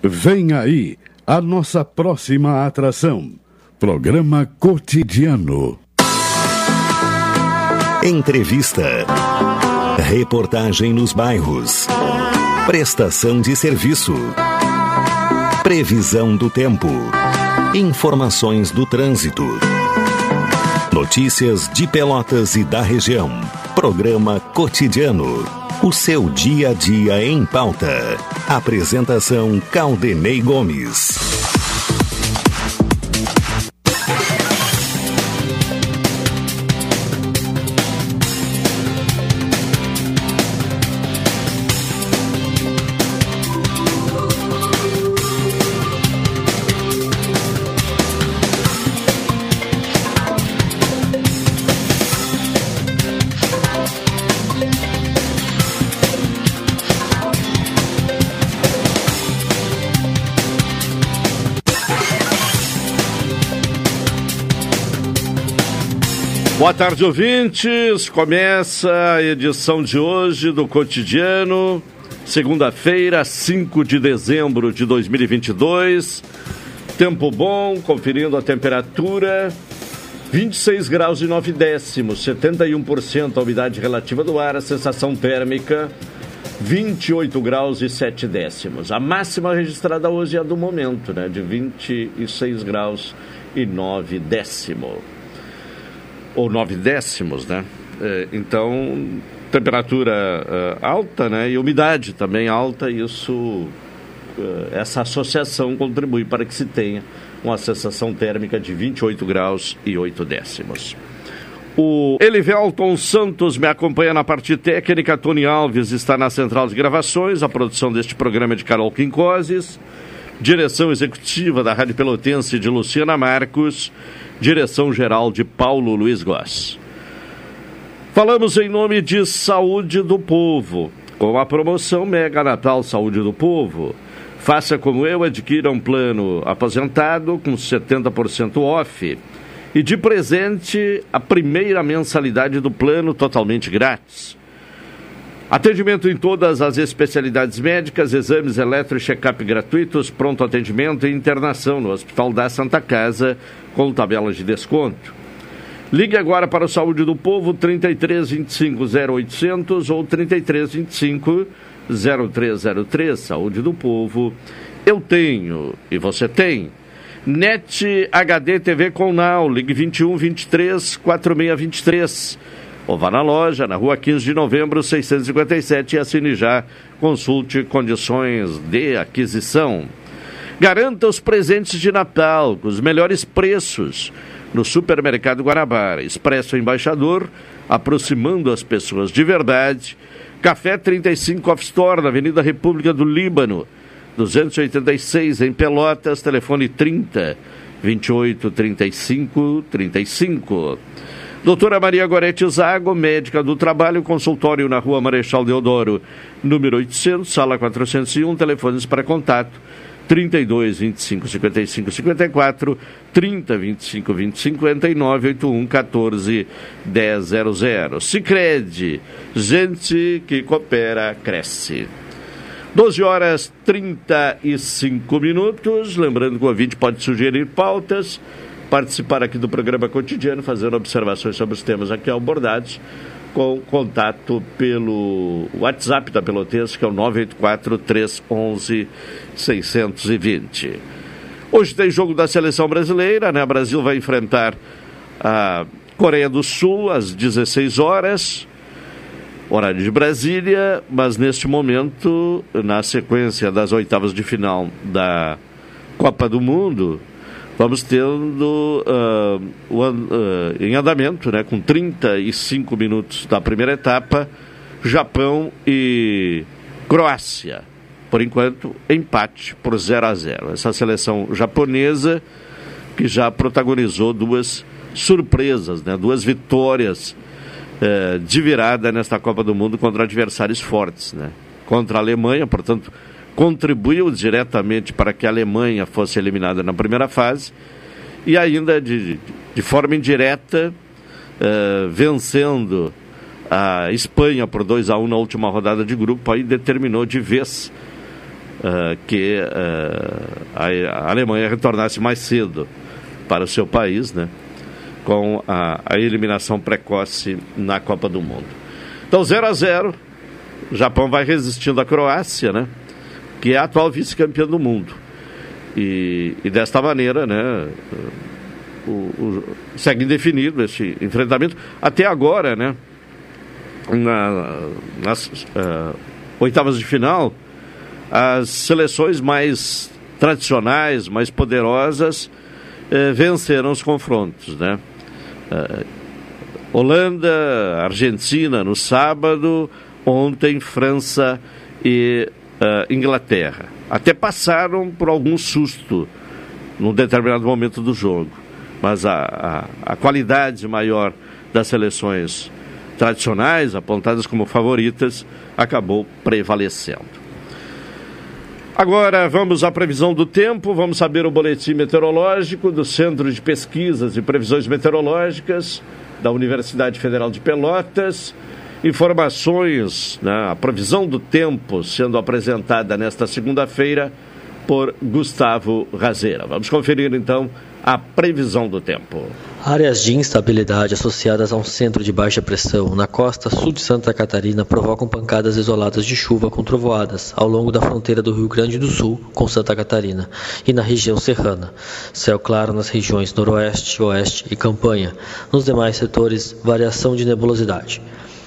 Vem aí a nossa próxima atração. Programa Cotidiano. Entrevista. Reportagem nos bairros. Prestação de serviço. Previsão do tempo. Informações do trânsito. Notícias de Pelotas e da região. Programa Cotidiano. O seu dia a dia em pauta. Apresentação Caldenei Gomes. Boa tarde, ouvintes. Começa a edição de hoje do Cotidiano, segunda-feira, 5 de dezembro de 2022. Tempo bom, conferindo a temperatura, 26 graus e 9 décimos, 71% a umidade relativa do ar, a sensação térmica, 28 graus e 7 décimos. A máxima registrada hoje é a do momento, né, de 26 graus e 9 décimos. Ou 9 décimos, né? Então, temperatura alta, né? E umidade também alta, e isso, essa associação contribui para que se tenha uma sensação térmica de 28 graus e 8 décimos. O Elivelton Santos me acompanha na parte técnica, Tony Alves está na central de gravações, a produção deste programa é de Carol Quincoses, direção executiva da Rádio Pelotense de Luciana Marcos, direção-geral de Paulo Luiz Goss. Falamos em nome de Saúde do Povo, com a promoção Mega Natal Saúde do Povo. Faça como eu, adquira um plano aposentado com 70% off e de presente a primeira mensalidade do plano totalmente grátis. Atendimento em todas as especialidades médicas, exames eletro e check-up gratuitos, pronto atendimento e internação no Hospital da Santa Casa com tabelas de desconto. Ligue agora para o Saúde do Povo, 3325-0800 ou 3325-0303. Saúde do Povo, eu tenho e você tem. NET HD TV com Now, ligue 2123-4623. Ou vá na loja, na rua 15 de novembro, 657 e assine já. Consulte condições de aquisição. Garanta os presentes de Natal com os melhores preços no Supermercado Guanabara. Expresso Embaixador, aproximando as pessoas de verdade. Café 35 Off Store, na Avenida República do Líbano, 286 em Pelotas, telefone 30 28 35 35. Doutora Maria Gorete Zago, médica do trabalho, consultório na Rua Marechal Deodoro, número 800, sala 401, telefones para contato 32 25 55 54, 30 25 20 59, 81 14 1000. Sicredi, gente que coopera, cresce. 12 horas 35 minutos, lembrando que o ouvinte pode sugerir pautas, participar aqui do programa Cotidiano, fazendo observações sobre os temas aqui abordados, com contato pelo WhatsApp da Pelotense, que é o 984-311-620. Hoje tem jogo da seleção brasileira, né? O Brasil vai enfrentar a Coreia do Sul às 16 horas, horário de Brasília, mas neste momento, na sequência das oitavas de final da Copa do Mundo, vamos tendo em andamento, né, com 35 minutos da primeira etapa, Japão e Croácia. Por enquanto, empate por 0-0. Essa seleção japonesa que já protagonizou duas surpresas, né, duas vitórias de virada nesta Copa do Mundo contra adversários fortes, né? Contra a Alemanha, portanto, contribuiu diretamente para que a Alemanha fosse eliminada na primeira fase e ainda de forma indireta vencendo a Espanha por 2-1 na última rodada de grupo, aí determinou de vez que a Alemanha retornasse mais cedo para o seu país, né, com a eliminação precoce na Copa do Mundo. Então, 0-0, o Japão vai resistindo à Croácia, né, que é a atual vice-campeã do mundo. E desta maneira, né, segue indefinido esse enfrentamento. Até agora, né, nas oitavas de final, as seleções mais tradicionais, mais poderosas, venceram os confrontos, né? Holanda, Argentina no sábado, ontem França e Inglaterra. Até passaram por algum susto num determinado momento do jogo, mas a qualidade maior das seleções tradicionais, apontadas como favoritas, acabou prevalecendo. Agora vamos à previsão do tempo, vamos saber o boletim meteorológico do Centro de Pesquisas e Previsões Meteorológicas da Universidade Federal de Pelotas. Informações, né, a previsão do tempo sendo apresentada nesta segunda-feira por Gustavo Razeira. Vamos conferir então a previsão do tempo. Áreas de instabilidade associadas a um centro de baixa pressão na costa sul de Santa Catarina provocam pancadas isoladas de chuva com trovoadas ao longo da fronteira do Rio Grande do Sul com Santa Catarina e na região serrana. Céu claro nas regiões noroeste, oeste e campanha. Nos demais setores, variação de nebulosidade.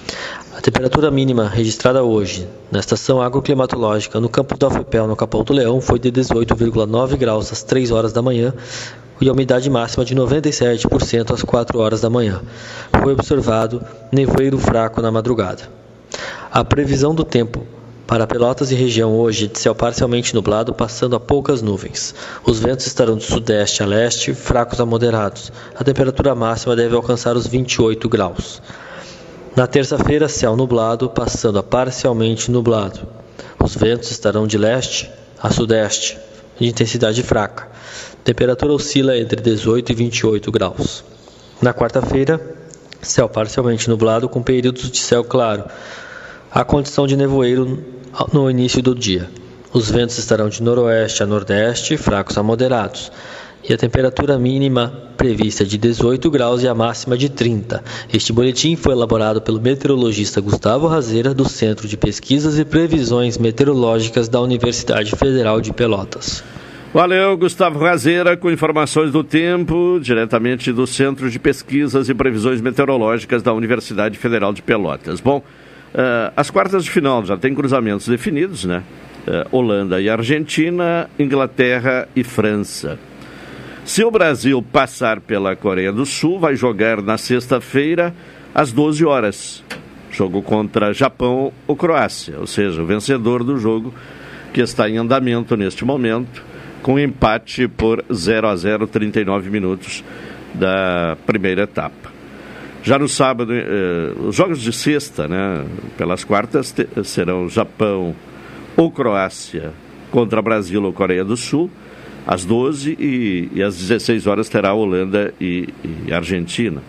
A temperatura mínima registrada hoje na estação agroclimatológica no campo da UFPEL, no Capão do Leão, foi de 18,9 graus às 3 horas da manhã e a umidade máxima de 97% às 4 horas da manhã. Foi observado nevoeiro fraco na madrugada. A previsão do tempo para Pelotas e região hoje é de céu parcialmente nublado, passando a poucas nuvens. Os ventos estarão de sudeste a leste, fracos a moderados. A temperatura máxima deve alcançar os 28 graus. Na terça-feira, céu nublado, passando a parcialmente nublado. Os ventos estarão de leste a sudeste, de intensidade fraca. A temperatura oscila entre 18 e 28 graus. Na quarta-feira, céu parcialmente nublado com períodos de céu claro. Há condição de nevoeiro no início do dia. Os ventos estarão de noroeste a nordeste, fracos a moderados. E a temperatura mínima prevista de 18 graus e a máxima de 30. Este boletim foi elaborado pelo meteorologista Gustavo Razeira, do Centro de Pesquisas e Previsões Meteorológicas da Universidade Federal de Pelotas. Valeu, Gustavo Razeira, com informações do tempo, diretamente do Centro de Pesquisas e Previsões Meteorológicas da Universidade Federal de Pelotas. Bom, as quartas de final já tem cruzamentos definidos, né? Holanda e Argentina, Inglaterra e França. Se o Brasil passar pela Coreia do Sul, vai jogar na sexta-feira às 12 horas. Jogo contra Japão ou Croácia, ou seja, o vencedor do jogo que está em andamento neste momento, com empate por 0-0, 39 minutos da primeira etapa. Já no sábado, os jogos de sexta, né, pelas quartas, serão Japão ou Croácia contra Brasil ou Coreia do Sul, às 12 e às 16 horas terá Holanda e Argentina.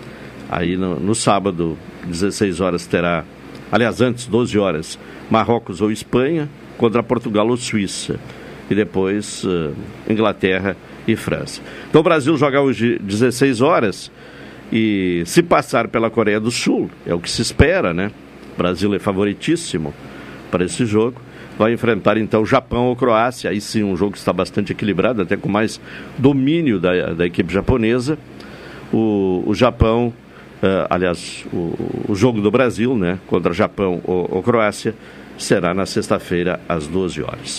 Aí no sábado, 16 horas terá, aliás, antes, 12 horas, Marrocos ou Espanha contra Portugal ou Suíça. E depois Inglaterra e França. Então o Brasil joga hoje 16 horas e se passar pela Coreia do Sul, é o que se espera, né? O Brasil é favoritíssimo para esse jogo. Vai enfrentar então Japão ou Croácia, aí sim um jogo que está bastante equilibrado, até com mais domínio da equipe japonesa. O Japão, aliás, o jogo do Brasil, né, contra Japão ou Croácia, será na sexta-feira às 12 horas.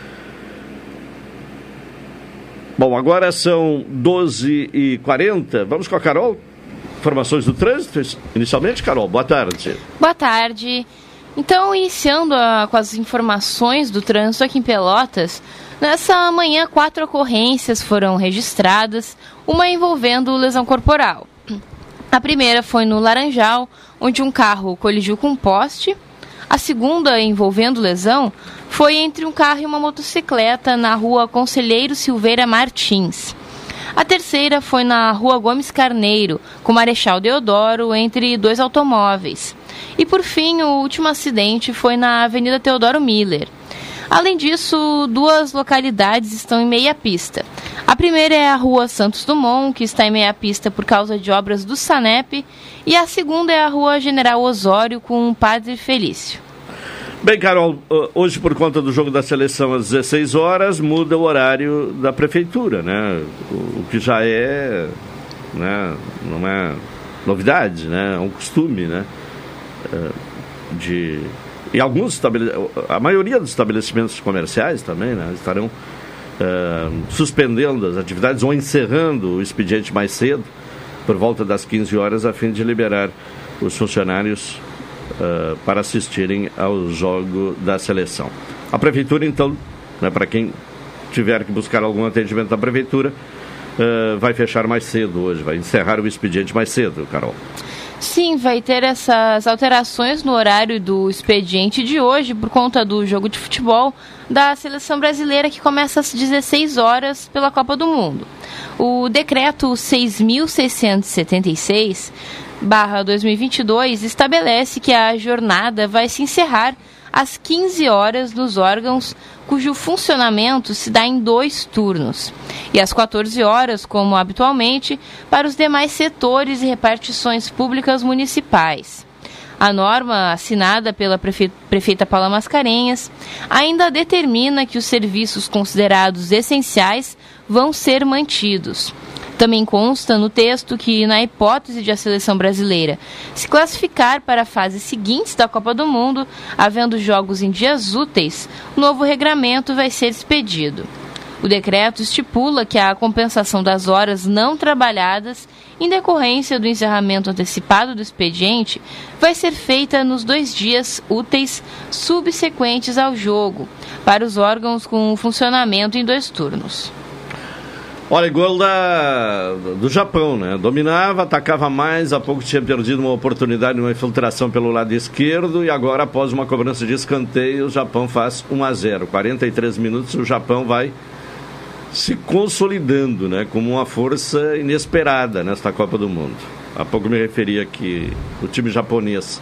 Bom, agora são 12h40, vamos com a Carol. Informações do trânsito, inicialmente, Carol, boa tarde. Boa tarde. Então, iniciando com as informações do trânsito aqui em Pelotas, nessa manhã 4 ocorrências foram registradas, uma envolvendo lesão corporal. A primeira foi no Laranjal, onde um carro colidiu com um poste. A segunda, envolvendo lesão, foi entre um carro e uma motocicleta na rua Conselheiro Silveira Martins. A terceira foi na rua Gomes Carneiro, com Marechal Deodoro, entre 2 automóveis. E por fim, o último acidente foi na Avenida Teodoro Miller. Além disso, 2 localidades estão em meia pista. A primeira é a Rua Santos Dumont, que está em meia pista por causa de obras do SANEP, e a segunda é a Rua General Osório, com o Padre Felício. Bem, Carol, hoje por conta do jogo da seleção às 16 horas, muda o horário da prefeitura, né? O que já é, né, não é novidade, né? É um costume, né? E alguns a maioria dos estabelecimentos comerciais também, né, estarão suspendendo as atividades ou encerrando o expediente mais cedo, por volta das 15 horas, a fim de liberar os funcionários para assistirem ao jogo da seleção. A prefeitura, então, né, para quem tiver que buscar algum atendimento da prefeitura, vai fechar mais cedo hoje, vai encerrar o expediente mais cedo, Carol. Sim, vai ter essas alterações no horário do expediente de hoje por conta do jogo de futebol da seleção brasileira, que começa às 16 horas pela Copa do Mundo. O decreto 6.676/2022 estabelece que a jornada vai se encerrar às 15 horas nos órgãos cujo funcionamento se dá em 2 turnos, e às 14 horas, como habitualmente, para os demais setores e repartições públicas municipais. A norma, assinada pela prefeita Paula Mascarenhas, ainda determina que os serviços considerados essenciais vão ser mantidos. Também consta no texto que, na hipótese de a seleção brasileira se classificar para a fase seguinte da Copa do Mundo, havendo jogos em dias úteis, o novo regramento vai ser expedido. O decreto estipula que a compensação das horas não trabalhadas, em decorrência do encerramento antecipado do expediente, vai ser feita nos 2 dias úteis subsequentes ao jogo, para os órgãos com funcionamento em 2 turnos. Olha, gol do Japão, né? Dominava, atacava mais, há pouco tinha perdido uma oportunidade, uma infiltração pelo lado esquerdo, e agora, após uma cobrança de escanteio, o Japão faz 1-0. 43 minutos, o Japão vai se consolidando, né? Como uma força inesperada nesta Copa do Mundo. Há pouco me referia que o time japonês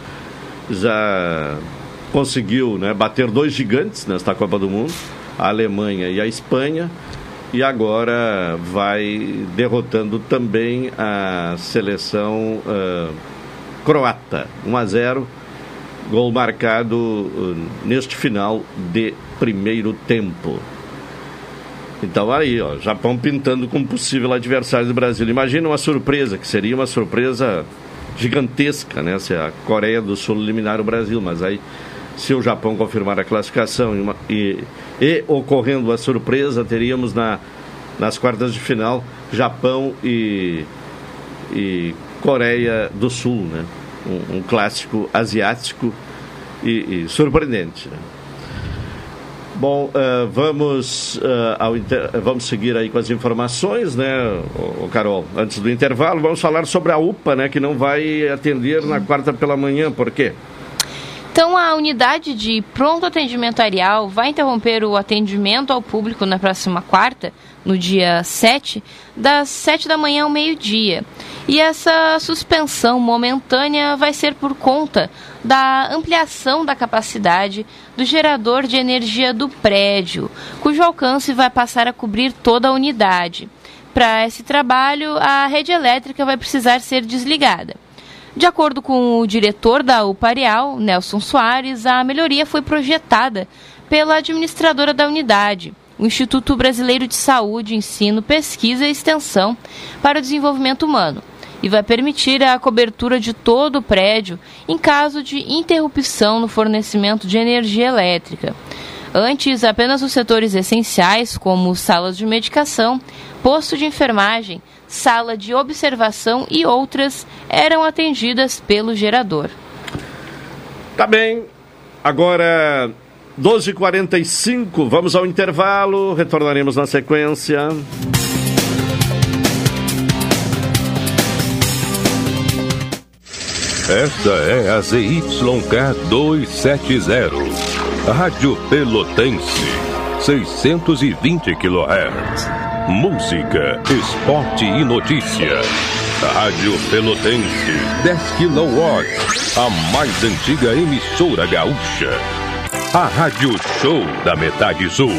já conseguiu, né, bater 2 gigantes nesta Copa do Mundo, a Alemanha e a Espanha, e agora vai derrotando também a seleção croata. 1-0, gol marcado neste final de primeiro tempo. Então aí, ó, Japão pintando como possível adversário do Brasil. Imagina uma surpresa, que seria uma surpresa gigantesca, né? Se a Coreia do Sul eliminar o Brasil, mas aí, se o Japão confirmar a classificação e ocorrendo a surpresa, teríamos nas quartas de final Japão e Coreia do Sul, né? Um clássico asiático e surpreendente, né? Bom, vamos seguir aí com as informações, né, Carol? Antes do intervalo, vamos falar sobre a UPA, né, que não vai atender na quarta pela manhã. Por quê? Então, a unidade de pronto atendimento Areal vai interromper o atendimento ao público na próxima quarta, no dia 7, das 7 da manhã ao meio-dia. E essa suspensão momentânea vai ser por conta da ampliação da capacidade do gerador de energia do prédio, cujo alcance vai passar a cobrir toda a unidade. Para esse trabalho, a rede elétrica vai precisar ser desligada. De acordo com o diretor da UPA Areal, Nelson Soares, a melhoria foi projetada pela administradora da unidade, o Instituto Brasileiro de Saúde, Ensino, Pesquisa e Extensão para o Desenvolvimento Humano, e vai permitir a cobertura de todo o prédio em caso de interrupção no fornecimento de energia elétrica. Antes, apenas os setores essenciais, como salas de medicação, posto de enfermagem, sala de observação e outras, eram atendidas pelo gerador. Tá bem. Agora, 12h45, vamos ao intervalo, retornaremos na sequência. Esta é a ZYK 270, Rádio Pelotense, 620 kHz. Música, esporte e notícia. Rádio Pelotense, 10 kW, a mais antiga emissora gaúcha. A Rádio Show da Metade Sul.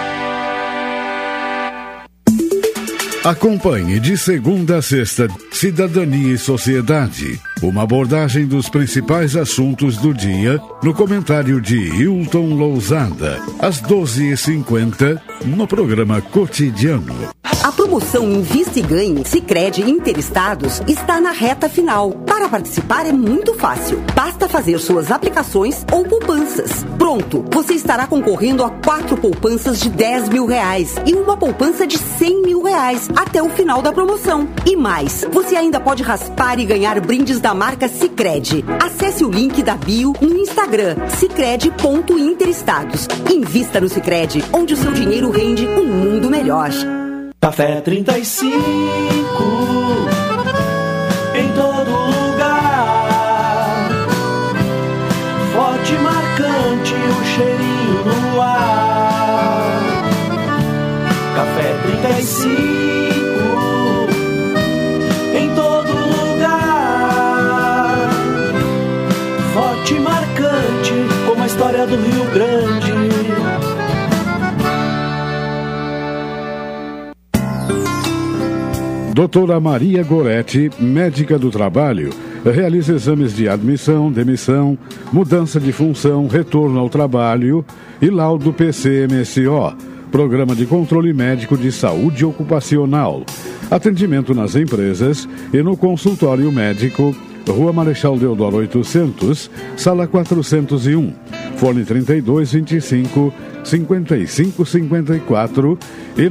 Acompanhe de segunda a sexta Cidadania e Sociedade, uma abordagem dos principais assuntos do dia no comentário de Hilton Lousada, às 12h50, no programa Cotidiano. A promoção Invista e Ganhe Sicredi Interestados está na reta final. Para participar é muito fácil. Basta fazer suas aplicações ou poupanças. Pronto, você estará concorrendo a 4 poupanças de R$10 mil e uma poupança de R$100 mil até o final da promoção. E mais, você ainda pode raspar e ganhar brindes da marca Sicredi. Acesse o link da bio no Instagram, sicredi.interestados. Invista no Sicredi, onde o seu dinheiro rende um mundo melhor. Café 35, em todo lugar, forte e marcante o cheirinho no ar. Café 35, em todo lugar, forte e marcante como a história do Rio Grande. Doutora Maria Goretti, médica do trabalho, realiza exames de admissão, demissão, mudança de função, retorno ao trabalho e laudo PCMSO, Programa de Controle Médico de Saúde Ocupacional. Atendimento nas empresas e no consultório médico, Rua Marechal Deodoro 800, Sala 401, fone 3225-5554 e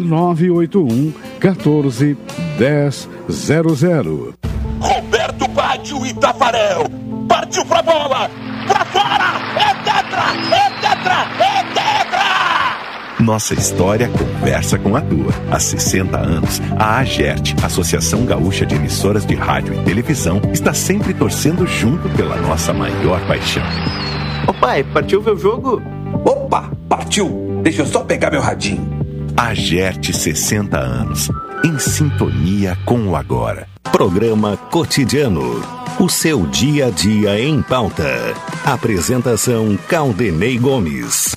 981-14-1000. Roberto Baggio e Tafarel, partiu pra bola, pra fora, é tetra, é tetra, é tetra! Nossa história conversa com a tua. Há 60 anos, a AGERT, Associação Gaúcha de Emissoras de Rádio e Televisão, está sempre torcendo junto pela nossa maior paixão. Ô pai, partiu ver o jogo? Opa, partiu! Deixa eu só pegar meu radinho. AGERT 60 anos, em sintonia com o agora. Programa Cotidiano. O seu dia a dia em pauta. Apresentação Caldenei Gomes.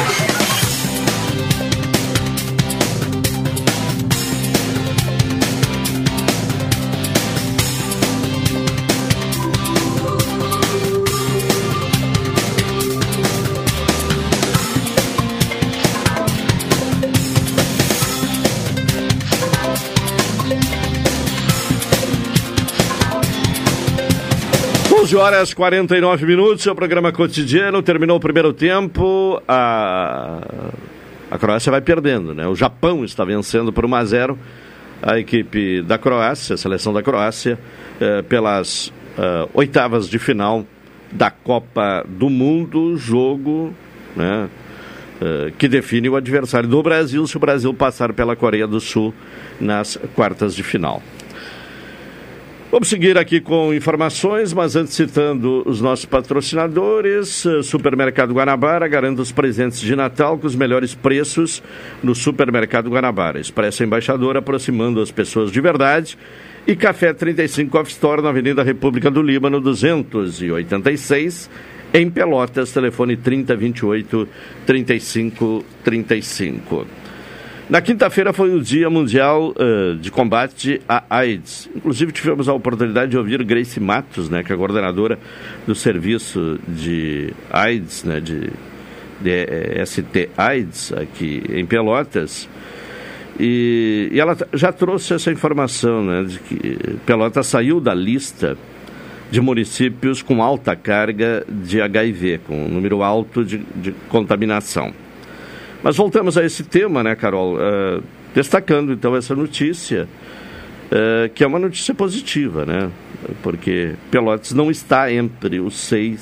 Horas 49 minutos, o programa Cotidiano terminou o primeiro tempo. A Croácia vai perdendo, né? O Japão está vencendo por 1-0 a equipe da Croácia, a seleção da Croácia, pelas oitavas de final da Copa do Mundo, jogo, né, que define o adversário do Brasil se o Brasil passar pela Coreia do Sul nas quartas de final. Vamos seguir aqui com informações, mas antes citando os nossos patrocinadores. Supermercado Guanabara garante os presentes de Natal com os melhores preços no Supermercado Guanabara. Expresso Embaixador, aproximando as pessoas de verdade. E Café 35 Off Store na Avenida República do Líbano, 286, em Pelotas, telefone 3028-3535. Na quinta-feira foi o Dia Mundial de Combate à AIDS. Inclusive tivemos a oportunidade de ouvir Grace Matos, né, que é a coordenadora do serviço de AIDS, né, de ST AIDS aqui em Pelotas. E ela já trouxe essa informação, né, de que Pelotas saiu da lista de municípios com alta carga de HIV, com um número alto de contaminação. Mas voltamos a esse tema, né, Carol? Destacando, então, essa notícia, que é uma notícia positiva, né? Porque Pelotas não está entre os 100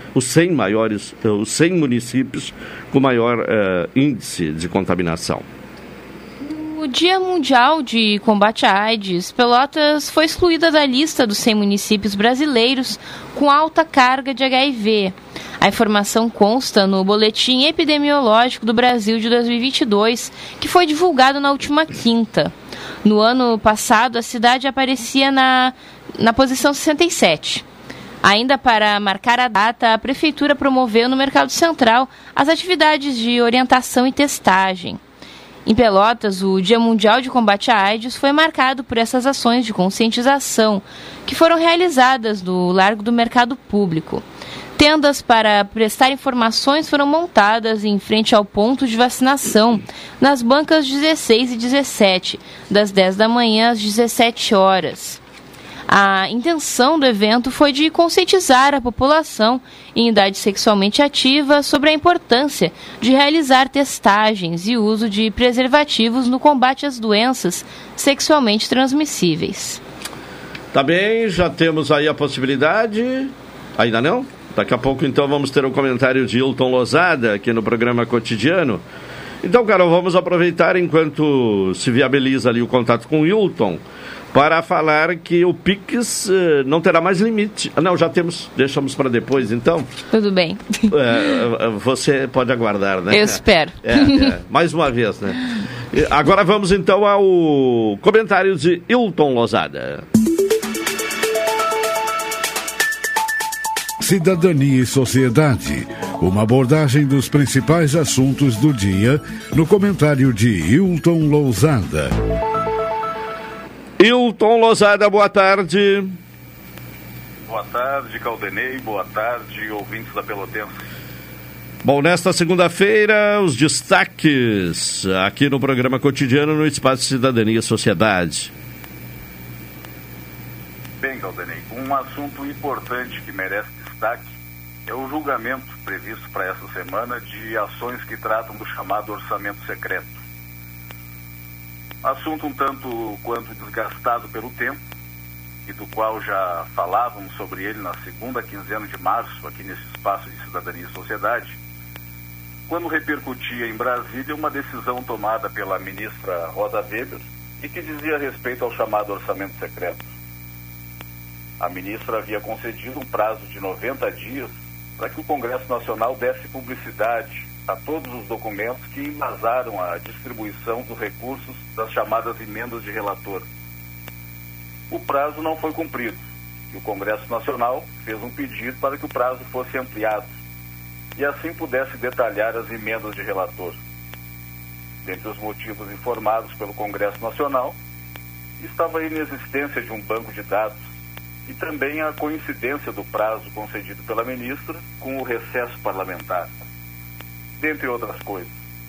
municípios com maior índice de contaminação. No Dia Mundial de Combate à AIDS, Pelotas foi excluída da lista dos 100 municípios brasileiros com alta carga de HIV. A informação consta no Boletim Epidemiológico do Brasil de 2022, que foi divulgado na última quinta. No ano passado, a cidade aparecia na posição 67. Ainda para marcar a data, a Prefeitura promoveu no Mercado Central as atividades de orientação e testagem. Em Pelotas, o Dia Mundial de Combate à AIDS foi marcado por essas ações de conscientização, que foram realizadas no Largo do Mercado Público. Tendas para prestar informações foram montadas em frente ao ponto de vacinação, nas bancas 16 e 17, das 10 da manhã às 17 horas. A intenção do evento foi de conscientizar a população em idade sexualmente ativa sobre a importância de realizar testagens e uso de preservativos no combate às doenças sexualmente transmissíveis. Tá bem, já temos aí a possibilidade. Ainda não? Daqui a pouco, então, vamos ter um comentário de Hilton Lozada aqui no programa Cotidiano. Então, Carol, vamos aproveitar enquanto se viabiliza ali o contato com o Hilton para falar que o Pix não terá mais limite. Não, já temos, deixamos para depois, então. Tudo bem. Você pode aguardar, né? Eu espero. Mais uma vez, né? Agora vamos, então, ao comentário de Hilton Lozada. Cidadania e Sociedade, uma abordagem dos principais assuntos do dia, no comentário de Hilton Lozada. Hilton Lozada, boa tarde. Boa tarde, Caldenei. Boa tarde, ouvintes da Pelotense. Bom, nesta segunda-feira, os destaques aqui no programa Cotidiano no Espaço Cidadania e Sociedade. Bem, Caldenei, um assunto importante que merece destaque é o julgamento previsto para essa semana de ações que tratam do chamado orçamento secreto. Assunto um tanto quanto desgastado pelo tempo, e do qual já falávamos sobre ele na segunda quinzena de março, aqui nesse Espaço de Cidadania e Sociedade, quando repercutia em Brasília uma decisão tomada pela ministra Rosa Weber e que dizia respeito ao chamado orçamento secreto. A ministra havia concedido um prazo de 90 dias para que o Congresso Nacional desse publicidade a todos os documentos que embasaram a distribuição dos recursos das chamadas emendas de relator. O prazo não foi cumprido e o Congresso Nacional fez um pedido para que o prazo fosse ampliado e assim pudesse detalhar as emendas de relator. Dentre os motivos informados pelo Congresso Nacional, estava a inexistência de um banco de dados e também a coincidência do prazo concedido pela ministra com o recesso parlamentar, dentre outras coisas.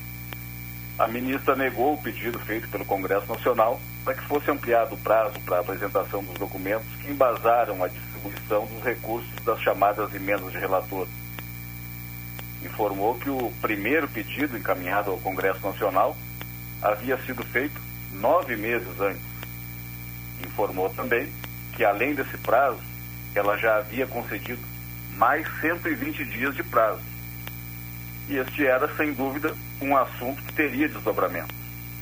A ministra negou o pedido feito pelo Congresso Nacional para que fosse ampliado o prazo para a apresentação dos documentos que embasaram a distribuição dos recursos das chamadas emendas de relator. Informou que o primeiro pedido encaminhado ao Congresso Nacional havia sido feito 9 meses antes. Informou também que, além desse prazo, ela já havia concedido mais 120 dias de prazo. E este era, sem dúvida, um assunto que teria desdobramento.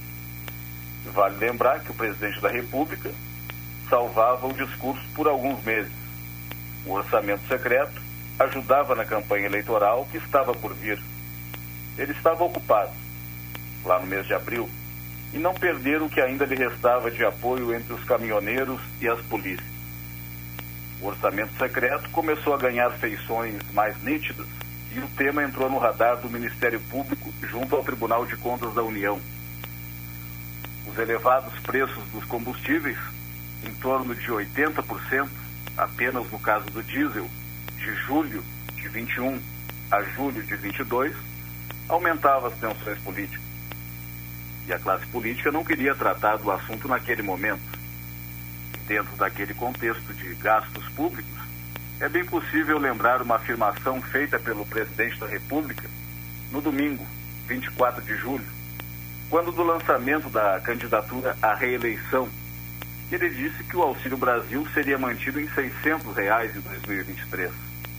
Vale lembrar que o presidente da República salvava o discurso por alguns meses. O orçamento secreto ajudava na campanha eleitoral que estava por vir. Ele estava ocupado, lá no mês de abril, e não perder o que ainda lhe restava de apoio entre os caminhoneiros e as polícias. O orçamento secreto começou a ganhar feições mais nítidas e o tema entrou no radar do Ministério Público junto ao Tribunal de Contas da União. Os elevados preços dos combustíveis, em torno de 80%, apenas no caso do diesel, de julho de 21 a julho de 22, aumentava as tensões políticas. E a classe política não queria tratar do assunto naquele momento. Dentro daquele contexto de gastos públicos, é bem possível lembrar uma afirmação feita pelo presidente da República no domingo, 24 de julho, quando do lançamento da candidatura à reeleição, ele disse que o Auxílio Brasil seria mantido em R$ 600 em 2023.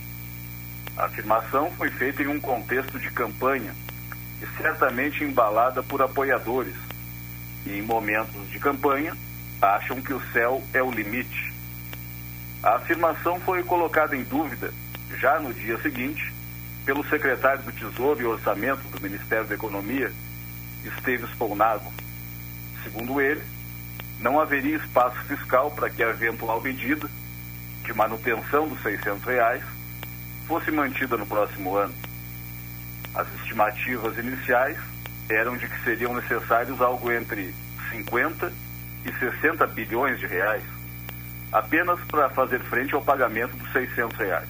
A afirmação foi feita em um contexto de campanha e certamente embalada por apoiadores, e em momentos de campanha acham que o céu é o limite. A afirmação foi colocada em dúvida, já no dia seguinte, pelo secretário do Tesouro e Orçamento do Ministério da Economia, Esteves Polnago. Segundo ele, não haveria espaço fiscal para que a eventual medida de manutenção dos R$600 fosse mantida no próximo ano. As estimativas iniciais eram de que seriam necessários algo entre 50 e 60 bilhões de reais, apenas para fazer frente ao pagamento dos R$600.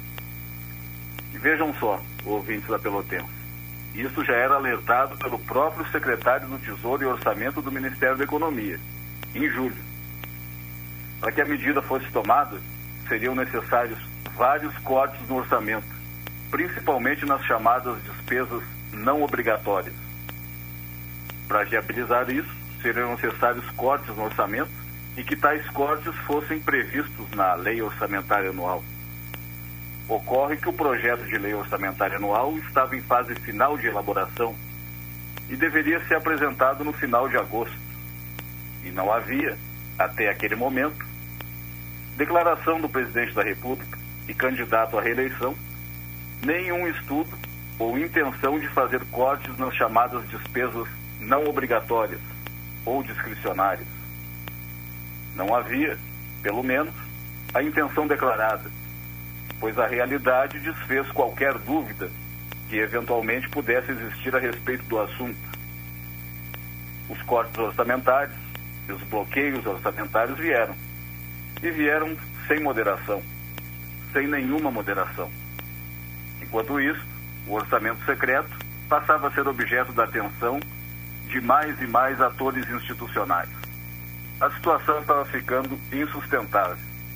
E vejam só, ouvintes da Pelotense, isso já era alertado pelo próprio secretário do Tesouro e Orçamento do Ministério da Economia, em julho. Para que a medida fosse tomada, seriam necessários vários cortes no orçamento, principalmente nas chamadas despesas não obrigatórias. Para viabilizar isso, seriam necessários cortes no orçamento e que tais cortes fossem previstos na Lei Orçamentária Anual. Ocorre que o projeto de Lei Orçamentária Anual estava em fase final de elaboração e deveria ser apresentado no final de agosto. E não havia, até aquele momento, declaração do presidente da República e candidato à reeleição, nenhum estudo ou intenção de fazer cortes nas chamadas despesas não obrigatórias ou discricionárias. Não havia, pelo menos, a intenção declarada, pois a realidade desfez qualquer dúvida que eventualmente pudesse existir a respeito do assunto. Os cortes orçamentários e os bloqueios orçamentários vieram, e vieram sem moderação, sem nenhuma moderação. Enquanto isso, o orçamento secreto passava a ser objeto da atenção de mais e mais atores institucionais. A situação estava ficando insustentável.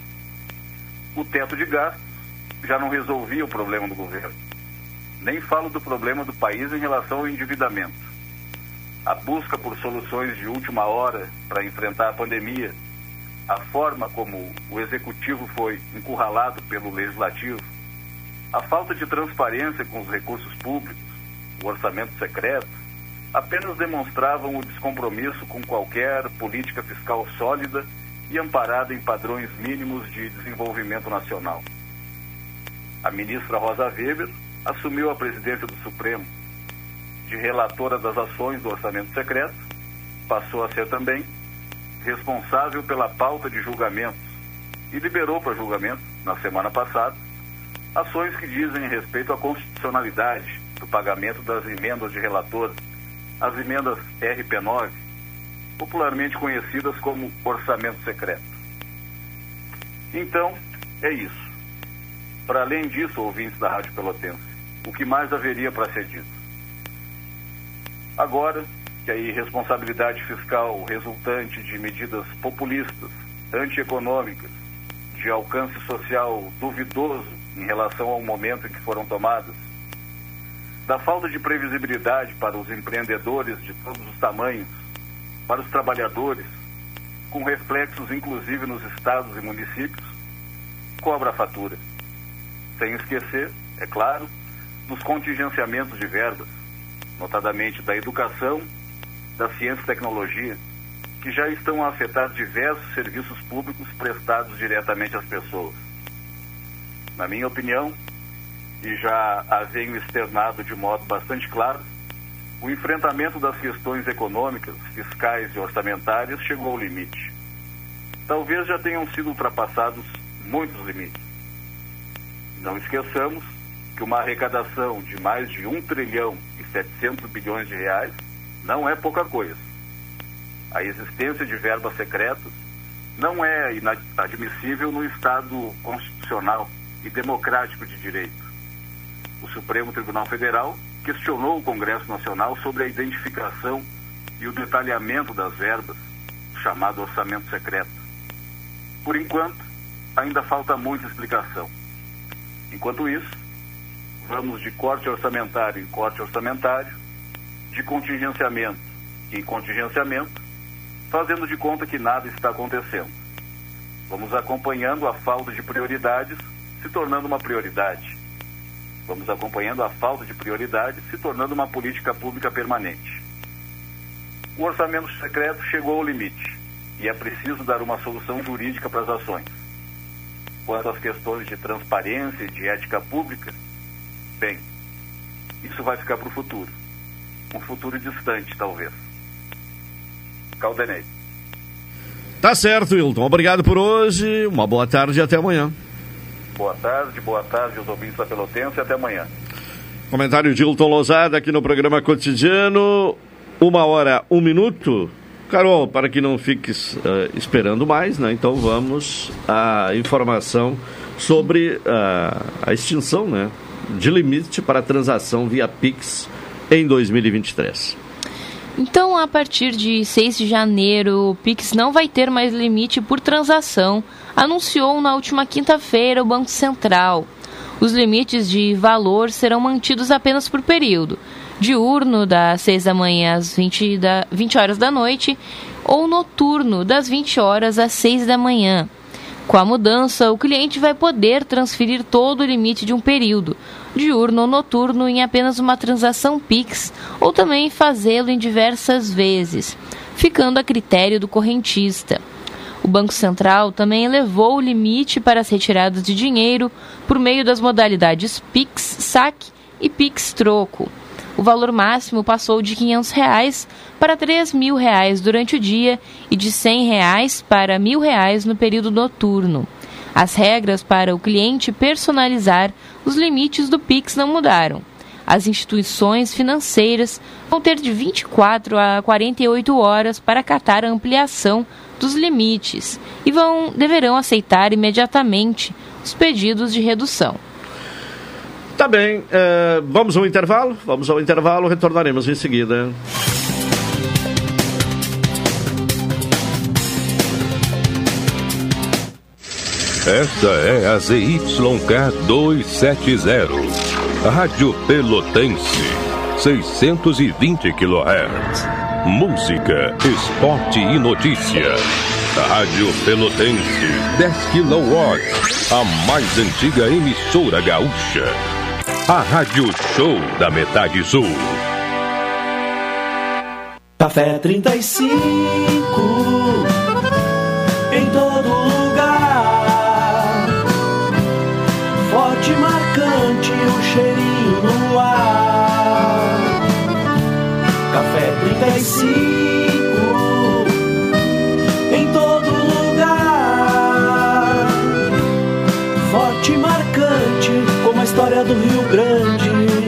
O teto de gastos já não resolvia o problema do governo. Nem falo do problema do país em relação ao endividamento. A busca por soluções de última hora para enfrentar a pandemia, a forma como o executivo foi encurralado pelo legislativo, a falta de transparência com os recursos públicos, o orçamento secreto, apenas demonstravam o descompromisso com qualquer política fiscal sólida e amparada em padrões mínimos de desenvolvimento nacional. A ministra Rosa Weber assumiu a presidência do Supremo. De relatora das ações do orçamento secreto, passou a ser também responsável pela pauta de julgamentos e liberou para julgamento, na semana passada, ações que dizem respeito à constitucionalidade do pagamento das emendas de relator, as emendas RP9, popularmente conhecidas como orçamento secreto. Então, é isso. Para além disso, ouvintes da Rádio Pelotense, o que mais haveria para ser dito? Agora que a irresponsabilidade fiscal resultante de medidas populistas, antieconômicas, de alcance social duvidoso em relação ao momento em que foram tomadas, da falta de previsibilidade para os empreendedores de todos os tamanhos, para os trabalhadores, com reflexos inclusive nos estados e municípios, cobra a fatura. Sem esquecer, é claro, dos contingenciamentos de verbas, notadamente da educação, da ciência e tecnologia, que já estão a afetar diversos serviços públicos prestados diretamente às pessoas. Na minha opinião, e já a venho externado de modo bastante claro, o enfrentamento das questões econômicas, fiscais e orçamentárias chegou ao limite. Talvez já tenham sido ultrapassados muitos limites. Não esqueçamos que uma arrecadação de mais de 1 trilhão e 700 bilhões de reais não é pouca coisa. A existência de verbas secretas não é inadmissível no Estado constitucional e democrático de direito. O Supremo Tribunal Federal questionou o Congresso Nacional sobre a identificação e o detalhamento das verbas, chamado orçamento secreto. Por enquanto, ainda falta muita explicação. Enquanto isso, vamos de corte orçamentário em corte orçamentário, de contingenciamento em contingenciamento, fazendo de conta que nada está acontecendo. Vamos acompanhando a falta de prioridades se tornando uma prioridade. Vamos acompanhando a falta de prioridade se tornando uma política pública permanente. O orçamento secreto chegou ao limite e é preciso dar uma solução jurídica para as ações. Quanto às questões de transparência e de ética pública, bem, isso vai ficar para o futuro. Um futuro distante, talvez. Caldenei. Tá certo, Hilton. Obrigado por hoje. Uma boa tarde e até amanhã. Boa tarde aos ouvintes da Pelotense e até amanhã. Comentário de Hilton Lozada aqui no programa Cotidiano. 1h01. Carol, para que não fiques esperando mais, né? Então vamos à informação sobre a extinção, né, de limite para transação via Pix em 2023. Então, a partir de 6 de janeiro, o Pix não vai ter mais limite por transação, anunciou na última quinta-feira o Banco Central. Os limites de valor serão mantidos apenas por período diurno, das 6 da manhã às 20 horas da noite, ou noturno, das 20 horas às 6 da manhã. Com a mudança, o cliente vai poder transferir todo o limite de um período, diurno ou noturno, em apenas uma transação Pix, ou também fazê-lo em diversas vezes, ficando a critério do correntista. O Banco Central também elevou o limite para as retiradas de dinheiro por meio das modalidades Pix, Saque e Pix Troco. O valor máximo passou de R$ 500 para R$ 3.000 durante o dia e de R$ 100 para R$ 1.000 no período noturno. As regras para o cliente personalizar os limites do Pix não mudaram. As instituições financeiras vão ter de 24 a 48 horas para acatar a ampliação dos limites e deverão aceitar imediatamente os pedidos de redução. Tá bem, vamos ao intervalo? Vamos ao intervalo, retornaremos em seguida. Esta é a ZYK 270, Rádio Pelotense, 620 kHz. Música, esporte e notícia. Rádio Pelotense, 10 kW, a mais antiga emissora gaúcha. A Rádio Show da Metade Sul. Café 35, em todo lugar. Forte e marcante, o cheirinho no ar. Café 35, em todo lugar. Forte e marcante, como a história do Rio Grande.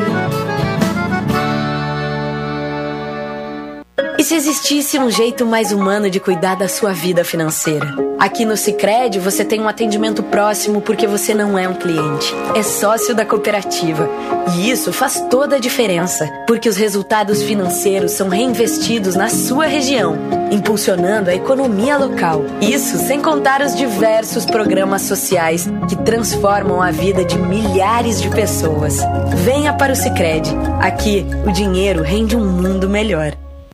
E se existisse um jeito mais humano de cuidar da sua vida financeira? Aqui no Sicredi você tem um atendimento próximo porque você não é um cliente, é sócio da cooperativa. E isso faz toda a diferença, porque os resultados financeiros são reinvestidos na sua região, impulsionando a economia local. Isso sem contar os diversos programas sociais que transformam a vida de milhares de pessoas. Venha para o Sicredi. Aqui, o dinheiro rende um mundo melhor.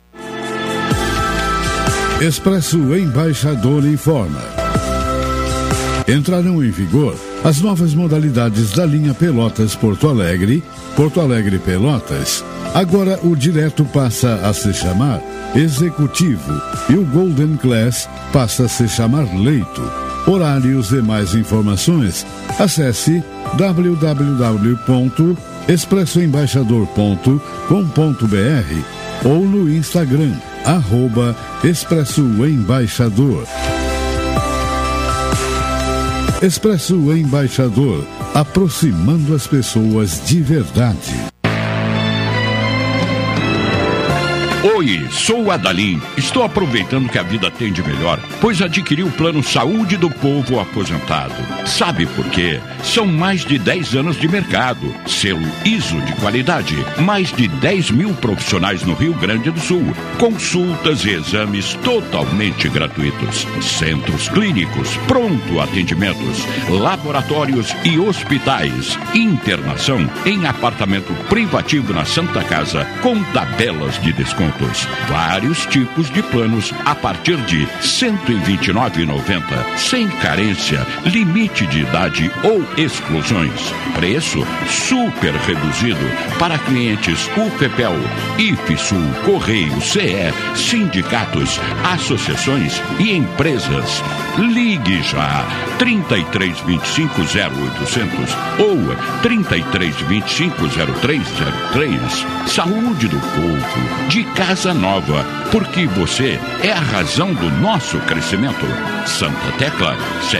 Expresso Embaixador informa. Entrarão em vigor as novas modalidades da linha Pelotas-Porto Alegre, Porto Alegre-Pelotas. Agora o direto passa a se chamar Executivo e o Golden Class passa a se chamar Leito. Horários e mais informações, acesse www.expressoembaixador.com.br ou no Instagram @Expresso Embaixador. Expresso Embaixador, aproximando as pessoas de verdade. Oi, sou o Adalim. Estou aproveitando que a vida tem de melhor, pois adquiri o Plano Saúde do Povo Aposentado. Sabe por quê? São mais de 10 anos de mercado, selo ISO de qualidade, mais de 10 mil profissionais no Rio Grande do Sul, consultas e exames totalmente gratuitos, centros clínicos, pronto atendimentos, laboratórios e hospitais, internação em apartamento privativo na Santa Casa, com tabelas de descontos. Vários tipos de planos a partir de R$ 129,90, sem carência, limite de idade ou exclusões. Preço super reduzido para clientes UFPEL, IFSUL, Correio, CE, sindicatos, associações e empresas. Ligue já 3325-0800 ou 3325-0303. Saúde do povo, de casa nova, porque você é a razão do nosso crescimento. Santa Tecla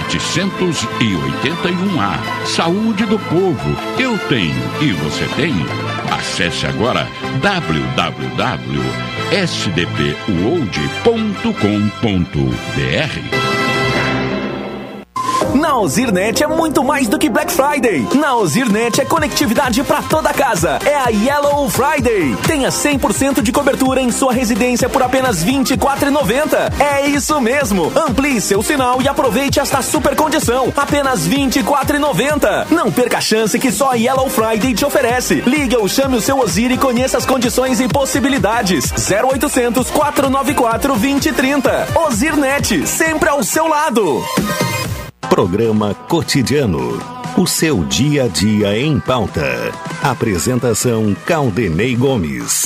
781A. Saúde do povo. Eu tenho e você tem. Acesse agora www.sdpuold.com.br. Na Ozirnet é muito mais do que Black Friday. Na Ozirnet é conectividade para toda casa. É a Yellow Friday. Tenha 100% de cobertura em sua residência por apenas R$ 24,90. É isso mesmo. Amplie seu sinal e aproveite esta super condição. Apenas R$ 24,90. Não perca a chance que só a Yellow Friday te oferece. Ligue ou chame o seu Ozir e conheça as condições e possibilidades. 0800 494 2030. Ozirnet, sempre ao seu lado. Programa Cotidiano. O seu dia a dia em pauta. Apresentação Caldenei Gomes.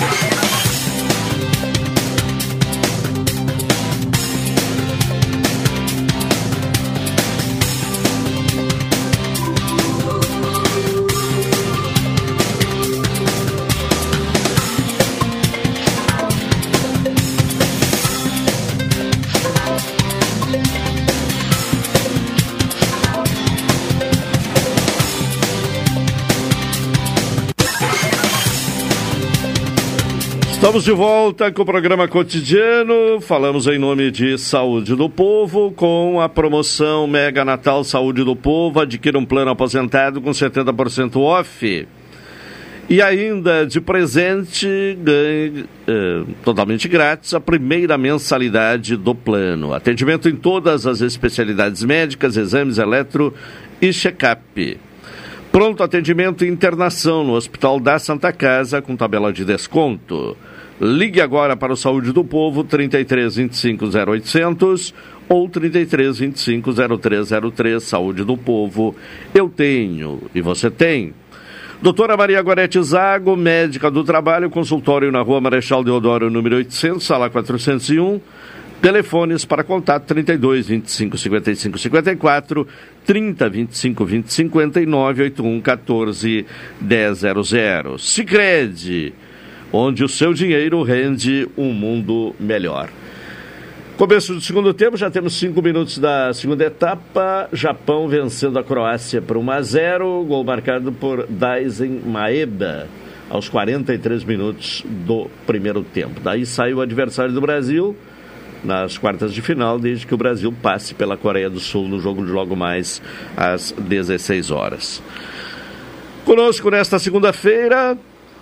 Estamos de volta com o programa Cotidiano. Falamos em nome de Saúde do Povo, com a promoção Mega Natal Saúde do Povo. Adquira um plano aposentado com 70% off. E ainda de presente, ganhe totalmente grátis a primeira mensalidade do plano. Atendimento em todas as especialidades médicas, exames eletro e check-up. Pronto atendimento e internação no Hospital da Santa Casa com tabela de desconto. Ligue agora para o Saúde do Povo, 33 25 0800 ou 33 25 0303. Saúde do Povo, eu tenho e você tem. Doutora Maria Gorete Zago, médica do trabalho, consultório na Rua Marechal Deodoro, número 800, sala 401. Telefones para contato 32 25 55 54, 30 25 20 59, 81 14 100. Sicredi, onde o seu dinheiro rende um mundo melhor. Começo do segundo tempo, já temos 5 minutos da segunda etapa. Japão vencendo a Croácia por 1-0, gol marcado por Daisen Maeda aos 43 minutos do primeiro tempo. Daí sai o adversário do Brasil nas quartas de final, desde que o Brasil passe pela Coreia do Sul no jogo de logo mais às 16 horas. Conosco nesta segunda-feira,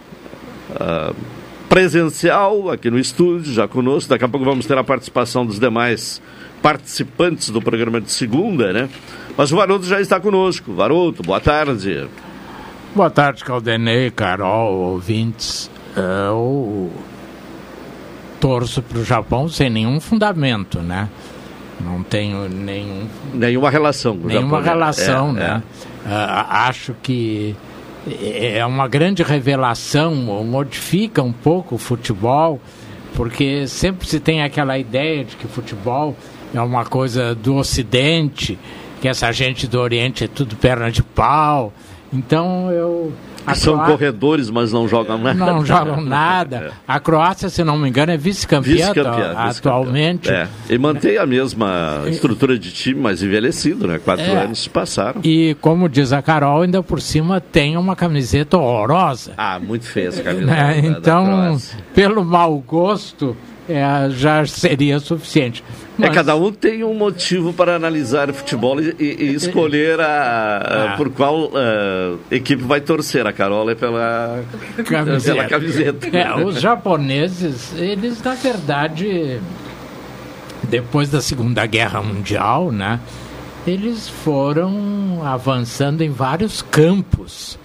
presencial aqui no estúdio, já conosco. Daqui a pouco vamos ter a participação dos demais participantes do programa de segunda, né? Mas o Varoto já está conosco. Varoto, boa tarde. Boa tarde, Caldenei, Carol, ouvintes. Eu torço para o Japão sem nenhum fundamento, né? Não tenho nenhuma relação com o Japão. Nenhuma relação, né? Acho que é uma grande revelação, modifica um pouco o futebol, porque sempre se tem aquela ideia de que futebol é uma coisa do Ocidente, que essa gente do Oriente é tudo perna de pau. Então são corredores, mas não jogam nada. Não jogam nada. A Croácia, se não me engano, é vice-campeã atualmente. E mantém a mesma estrutura de time, mas envelhecido, né? 4 anos se passaram. E, como diz a Carol, ainda por cima tem uma camiseta horrorosa. Muito feia essa camiseta. Então, pelo mau gosto, já seria suficiente. Mas cada um tem um motivo para analisar o futebol e escolher por qual equipe vai torcer. A Carol é pela camiseta. Os japoneses, eles na verdade, depois da Segunda Guerra Mundial, né, eles foram avançando em vários campos.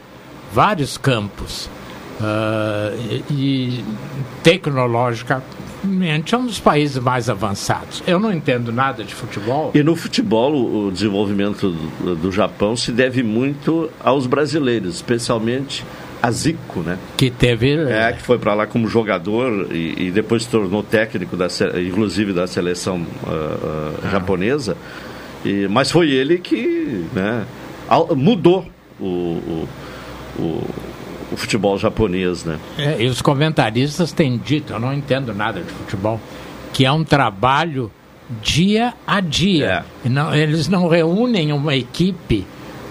E tecnologicamente é um dos países mais avançados. Eu não entendo nada de futebol. E no futebol, o desenvolvimento do Japão se deve muito aos brasileiros, especialmente a Zico, né? Que teve... que foi para lá como jogador e depois se tornou técnico, inclusive da seleção japonesa. Mas foi ele que, né, mudou o o futebol japonês, né? E os comentaristas têm dito, eu não entendo nada de futebol, que é um trabalho dia a dia. Eles não reúnem uma equipe.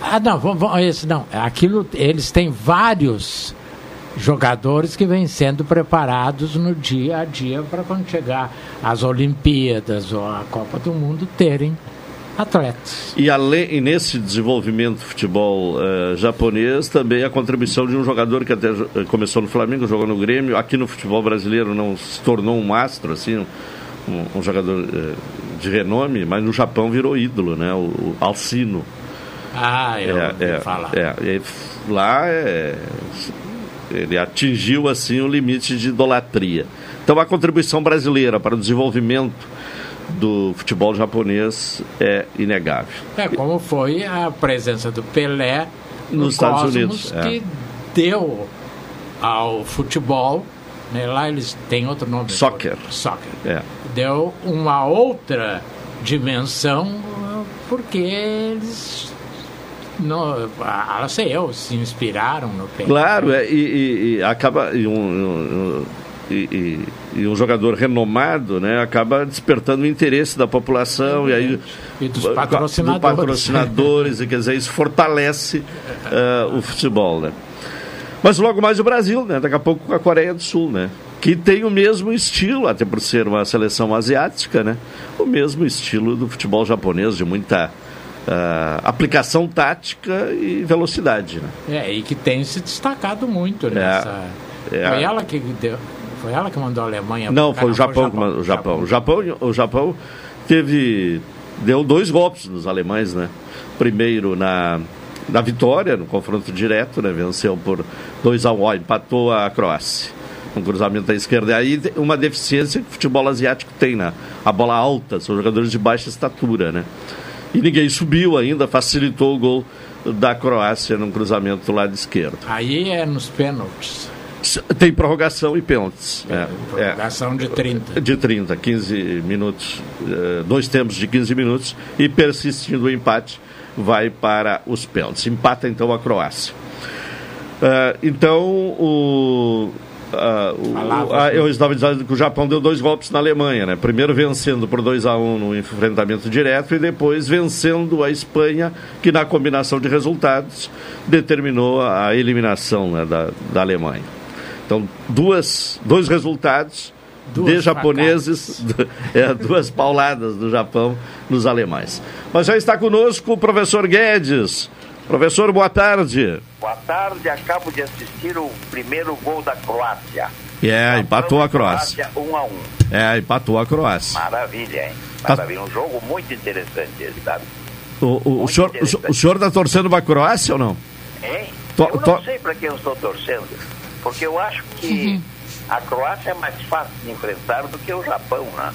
Eles têm vários jogadores que vêm sendo preparados no dia a dia para quando chegar às Olimpíadas ou a Copa do Mundo terem atletas. E nesse desenvolvimento do futebol japonês, também a contribuição de um jogador que até começou no Flamengo, jogou no Grêmio, aqui no futebol brasileiro não se tornou um astro, assim, um jogador de renome, mas no Japão virou ídolo, né? O Alcino. Eu ouvi falar. Lá ele atingiu assim o limite de idolatria. Então a contribuição brasileira para o desenvolvimento do futebol japonês é inegável. Como foi a presença do Pelé nos Estados Unidos, que deu ao futebol, né, lá eles têm outro nome. Soccer. Deu uma outra dimensão, porque eles se inspiraram no Pelé. Claro, acaba e um jogador renomado, né, acaba despertando o interesse da população e dos patrocinadores. E quer dizer, isso fortalece o futebol, né? Mas logo mais o Brasil, né? Daqui a pouco com a Coreia do Sul, né? Que tem o mesmo estilo, até por ser uma seleção asiática, né? O mesmo estilo do futebol japonês, de muita aplicação tática e velocidade, né? E que tem se destacado muito nessa... Foi ela que mandou a Alemanha... Não, foi o Japão que mandou. O Japão deu 2 golpes nos alemães, né? Primeiro na vitória, no confronto direto, né? Venceu por 2-1, empatou a Croácia. Um cruzamento à esquerda. Aí uma deficiência que o futebol asiático tem, né? A bola alta, são jogadores de baixa estatura, né? E ninguém subiu ainda, facilitou o gol da Croácia num cruzamento do lado esquerdo. Aí é nos pênaltis. Tem prorrogação e pênaltis. Prorrogação de 30. De 30, 15 minutos. 2 tempos de 15 minutos. E persistindo o empate, vai para os pênaltis. Empata então a Croácia. Eu estava dizendo que o Japão deu 2 golpes na Alemanha, né? Primeiro vencendo por 2-1 no enfrentamento direto e depois vencendo a Espanha, que na combinação de resultados determinou a eliminação, né, da Alemanha. Então, dois resultados de japoneses, 2 pauladas do Japão nos alemães. Mas já está conosco o professor Guedes. Professor, boa tarde. Boa tarde, acabo de assistir o primeiro gol da Croácia. Empatou a Croácia. 1-1. Empatou a Croácia. Maravilha, hein? Maravilha, um jogo muito interessante esse, sabe? O senhor está torcendo para a Croácia ou não? Hein? Eu não sei para quem eu estou torcendo, porque eu acho que a Croácia é mais fácil de enfrentar do que o Japão, né?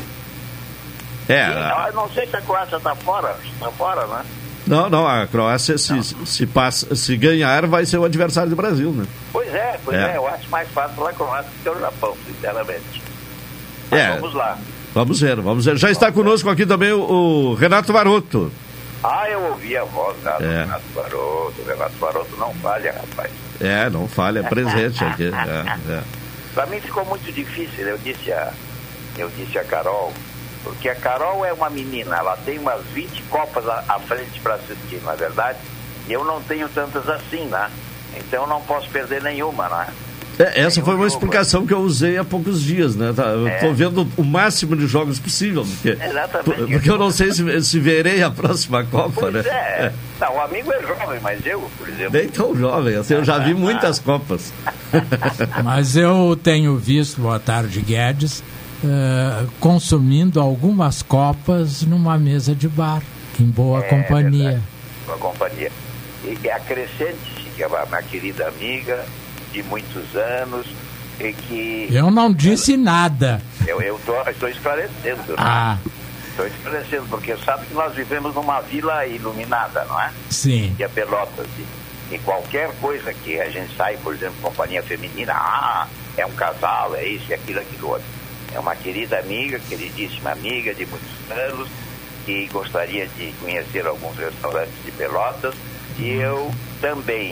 Eu não sei se a Croácia está fora, né? Não, a Croácia, se ganhar, vai ser o adversário do Brasil, né? Pois é, eu acho mais fácil a Croácia do que o Japão, sinceramente. Mas vamos lá. Vamos ver. Já está conosco aqui também o Renato Varoto. Eu ouvi a voz do Renato Varoto. O Renato Varoto não falha, rapaz. Não falha, é presente aqui. Para mim ficou muito difícil, eu disse a Carol, porque a Carol é uma menina, ela tem umas 20 Copas à frente para assistir, não é verdade? E eu não tenho tantas assim, né? Então eu não posso perder nenhuma, né? Essa foi uma explicação que eu usei há poucos dias, né? Estou vendo o máximo de jogos possível, porque eu não sei se verei a próxima Copa, né? Não, o amigo é jovem, mas eu, por exemplo... Nem tão jovem, assim, eu já vi muitas Copas. Mas eu tenho visto, boa tarde, Guedes, consumindo algumas copas numa mesa de bar, em boa companhia. Boa companhia. E acrescente-se que é uma querida amiga de muitos anos e que... Eu não disse nada. Eu estou esclarecendo. Estou esclarecendo, porque sabe que nós vivemos numa vila iluminada, não é? Sim. Que é Pelotas. E qualquer coisa que a gente sai, por exemplo, companhia feminina, é um casal, é isso, é aquilo, aquilo outro. É uma querida amiga, queridíssima amiga de muitos anos, que gostaria de conhecer alguns restaurantes de Pelotas, e eu também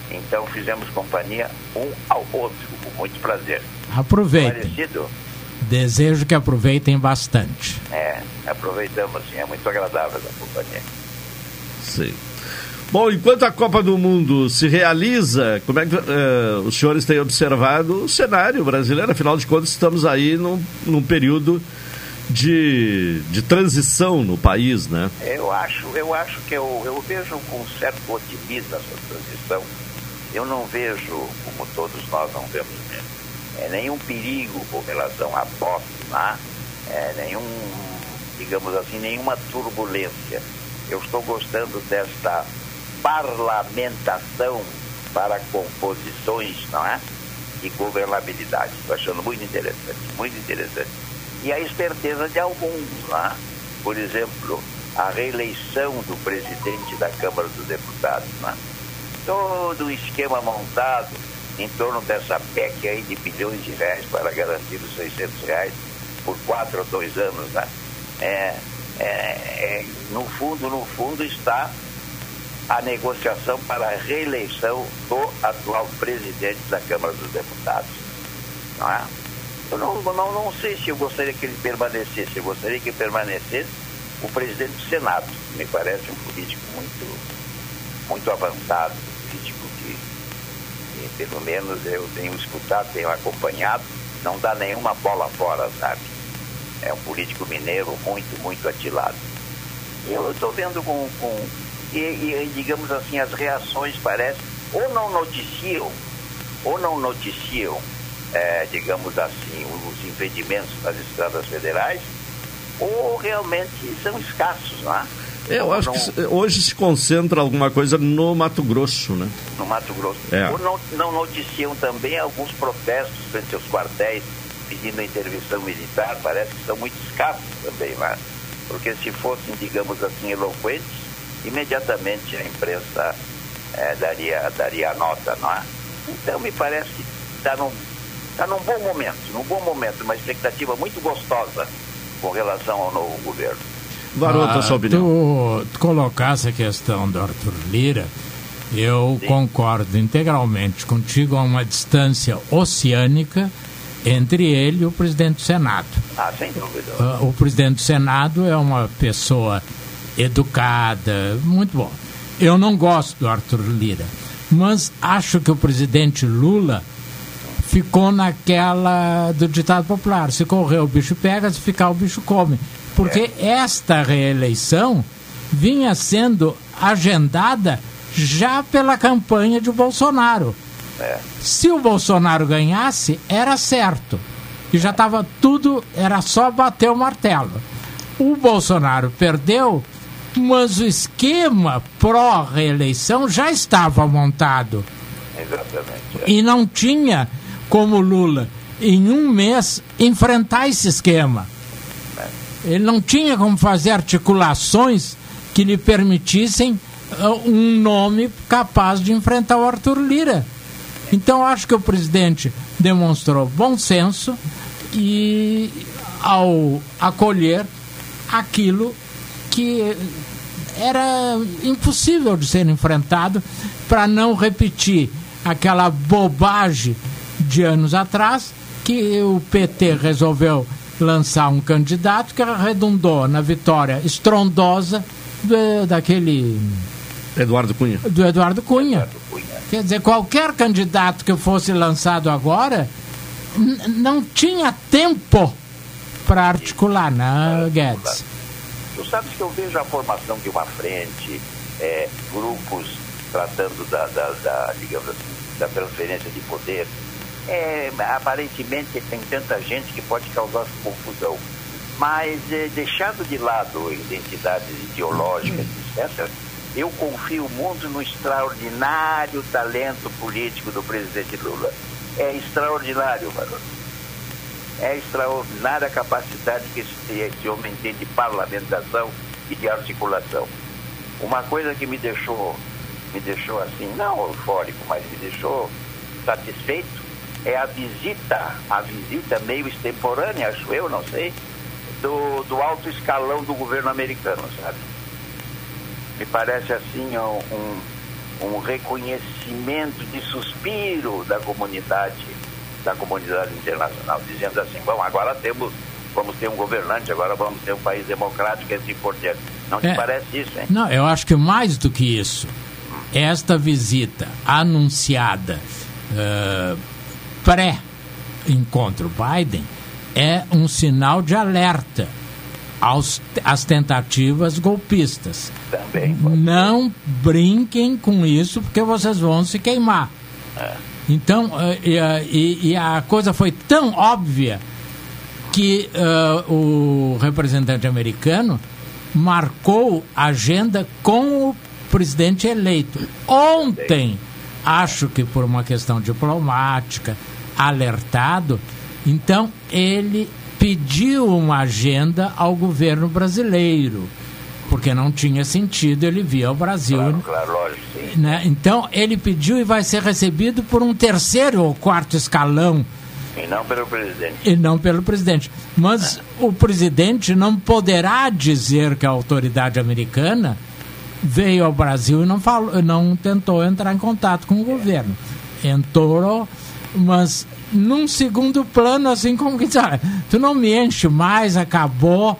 Então fizemos companhia um ao outro, com muito prazer. Aproveitem. Parecido? Desejo que aproveitem bastante. Aproveitamos sim, é muito agradável a companhia. Sim. Bom, enquanto a Copa do Mundo se realiza, como é que os senhores têm observado o cenário brasileiro? Afinal de contas, estamos aí num período de transição no país, né? Eu acho que eu vejo com certo otimismo essa transição. Eu não vejo, como todos nós não vemos mesmo, nenhum perigo com relação à posse, né? Digamos assim, nenhuma turbulência. Eu estou gostando desta parlamentação para composições, não é? De governabilidade. Estou achando muito interessante, muito interessante. E a esperteza de alguns, não é? Por exemplo, a reeleição do presidente da Câmara dos Deputados, não é? Todo o esquema montado em torno dessa PEC aí de bilhões de reais para garantir os R$600 por 4 ou 2 anos, né? No fundo está a negociação para a reeleição do atual presidente da Câmara dos Deputados, não é? Eu não sei se eu gostaria que ele permanecesse. Eu gostaria que permanecesse o presidente do Senado. Me parece um político muito avançado, político que pelo menos eu tenho escutado, tenho acompanhado, não dá nenhuma bola fora, sabe? É um político mineiro muito atilado. Eu estou vendo digamos assim, as reações parecem, ou não noticiam, digamos assim, os impedimentos das estradas federais, ou realmente são escassos, não é? Eu acho que hoje se concentra alguma coisa no Mato Grosso, né? No Mato Grosso. Ou não noticiam também alguns protestos frente aos quartéis pedindo intervenção militar, parece que são muito escassos também, né? Porque se fossem, digamos assim, eloquentes, imediatamente a imprensa daria nota, não é? Então me parece que está num bom momento, uma expectativa muito gostosa com relação ao novo governo. Varota, sua opinião. Tu colocasse a questão do Arthur Lira, eu concordo integralmente contigo, a uma distância oceânica entre ele e o presidente do Senado. Sem dúvida. O presidente do Senado é uma pessoa educada, muito bom. Eu não gosto do Arthur Lira, mas acho que o presidente Lula ficou naquela do ditado popular: se correr o bicho pega, se ficar o bicho come. Porque esta reeleição vinha sendo agendada já pela campanha de Bolsonaro. Se o Bolsonaro ganhasse, era certo. E já estava tudo, era só bater o martelo. O Bolsonaro perdeu, mas o esquema pró-reeleição já estava montado. Exatamente. E não tinha como Lula, em um mês, enfrentar esse esquema. Ele não tinha como fazer articulações que lhe permitissem um nome capaz de enfrentar o Arthur Lira. Então acho que o presidente demonstrou bom senso e ao acolher aquilo que era impossível de ser enfrentado, para não repetir aquela bobagem de anos atrás, que o PT resolveu lançar um candidato que redundou na vitória estrondosa daquele... Eduardo Cunha. Do Eduardo Cunha. Quer dizer, qualquer candidato que fosse lançado agora não tinha tempo para articular, né, Guedes? Tu sabes que eu vejo a formação de uma frente, grupos tratando digamos assim, da transferência de poder. Aparentemente tem tanta gente que pode causar confusão, mas deixando de lado identidades ideológicas, etc., eu confio muito no extraordinário talento político do presidente Lula. É extraordinário, Varone. É extraordinária a capacidade que esse homem tem de parlamentação e de articulação. Uma coisa que me deixou assim, não eufórico, mas me deixou satisfeito, é a visita meio extemporânea, acho eu, não sei, do alto escalão do governo americano, sabe? Me parece assim um reconhecimento de suspiro da comunidade internacional, dizendo assim, bom, agora vamos ter um governante, agora vamos ter um país democrático e assim por diante. Não te parece isso, hein? Não, eu acho que mais do que isso, esta visita anunciada pré-encontro Biden é um sinal de alerta às tentativas golpistas. Também. Não brinquem com isso, porque vocês vão se queimar. Então, e a coisa foi tão óbvia que o representante americano marcou agenda com o presidente eleito. Ontem, acho que por uma questão diplomática, alertado, então ele pediu uma agenda ao governo brasileiro, porque não tinha sentido ele vir ao Brasil. Claro, lógico, sim. Né? Então ele pediu e vai ser recebido por um terceiro ou quarto escalão. E não pelo presidente. E não pelo presidente. Mas o presidente não poderá dizer que a autoridade americana veio ao Brasil e não tentou entrar em contato com o governo. Entrou, mas num segundo plano, assim como que tu não me enche mais, acabou,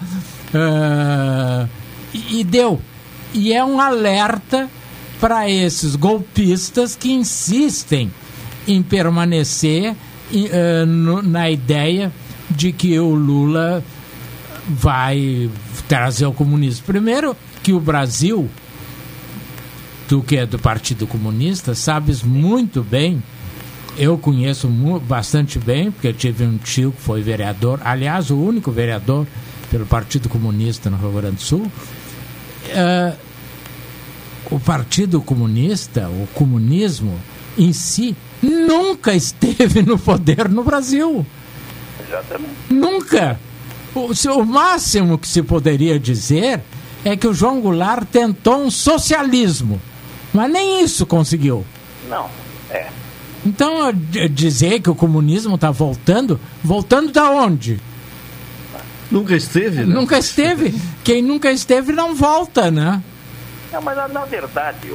e deu. E é um alerta para esses golpistas que insistem em permanecer na ideia de que o Lula vai trazer o comunismo. Primeiro, que o Brasil, tu que é do Partido Comunista, sabes muito bem, eu conheço bastante bem, porque eu tive um tio que foi vereador, aliás, o único vereador pelo Partido Comunista no Rio Grande do Sul. O Partido Comunista, o comunismo em si, nunca esteve no poder no Brasil. Exatamente. Nunca. O máximo que se poderia dizer é que o João Goulart tentou um socialismo, mas nem isso conseguiu. Não, Então, dizer que o comunismo está voltando da onde? Nunca esteve, né? Nunca esteve. Quem nunca esteve não volta, né? Não, mas na verdade,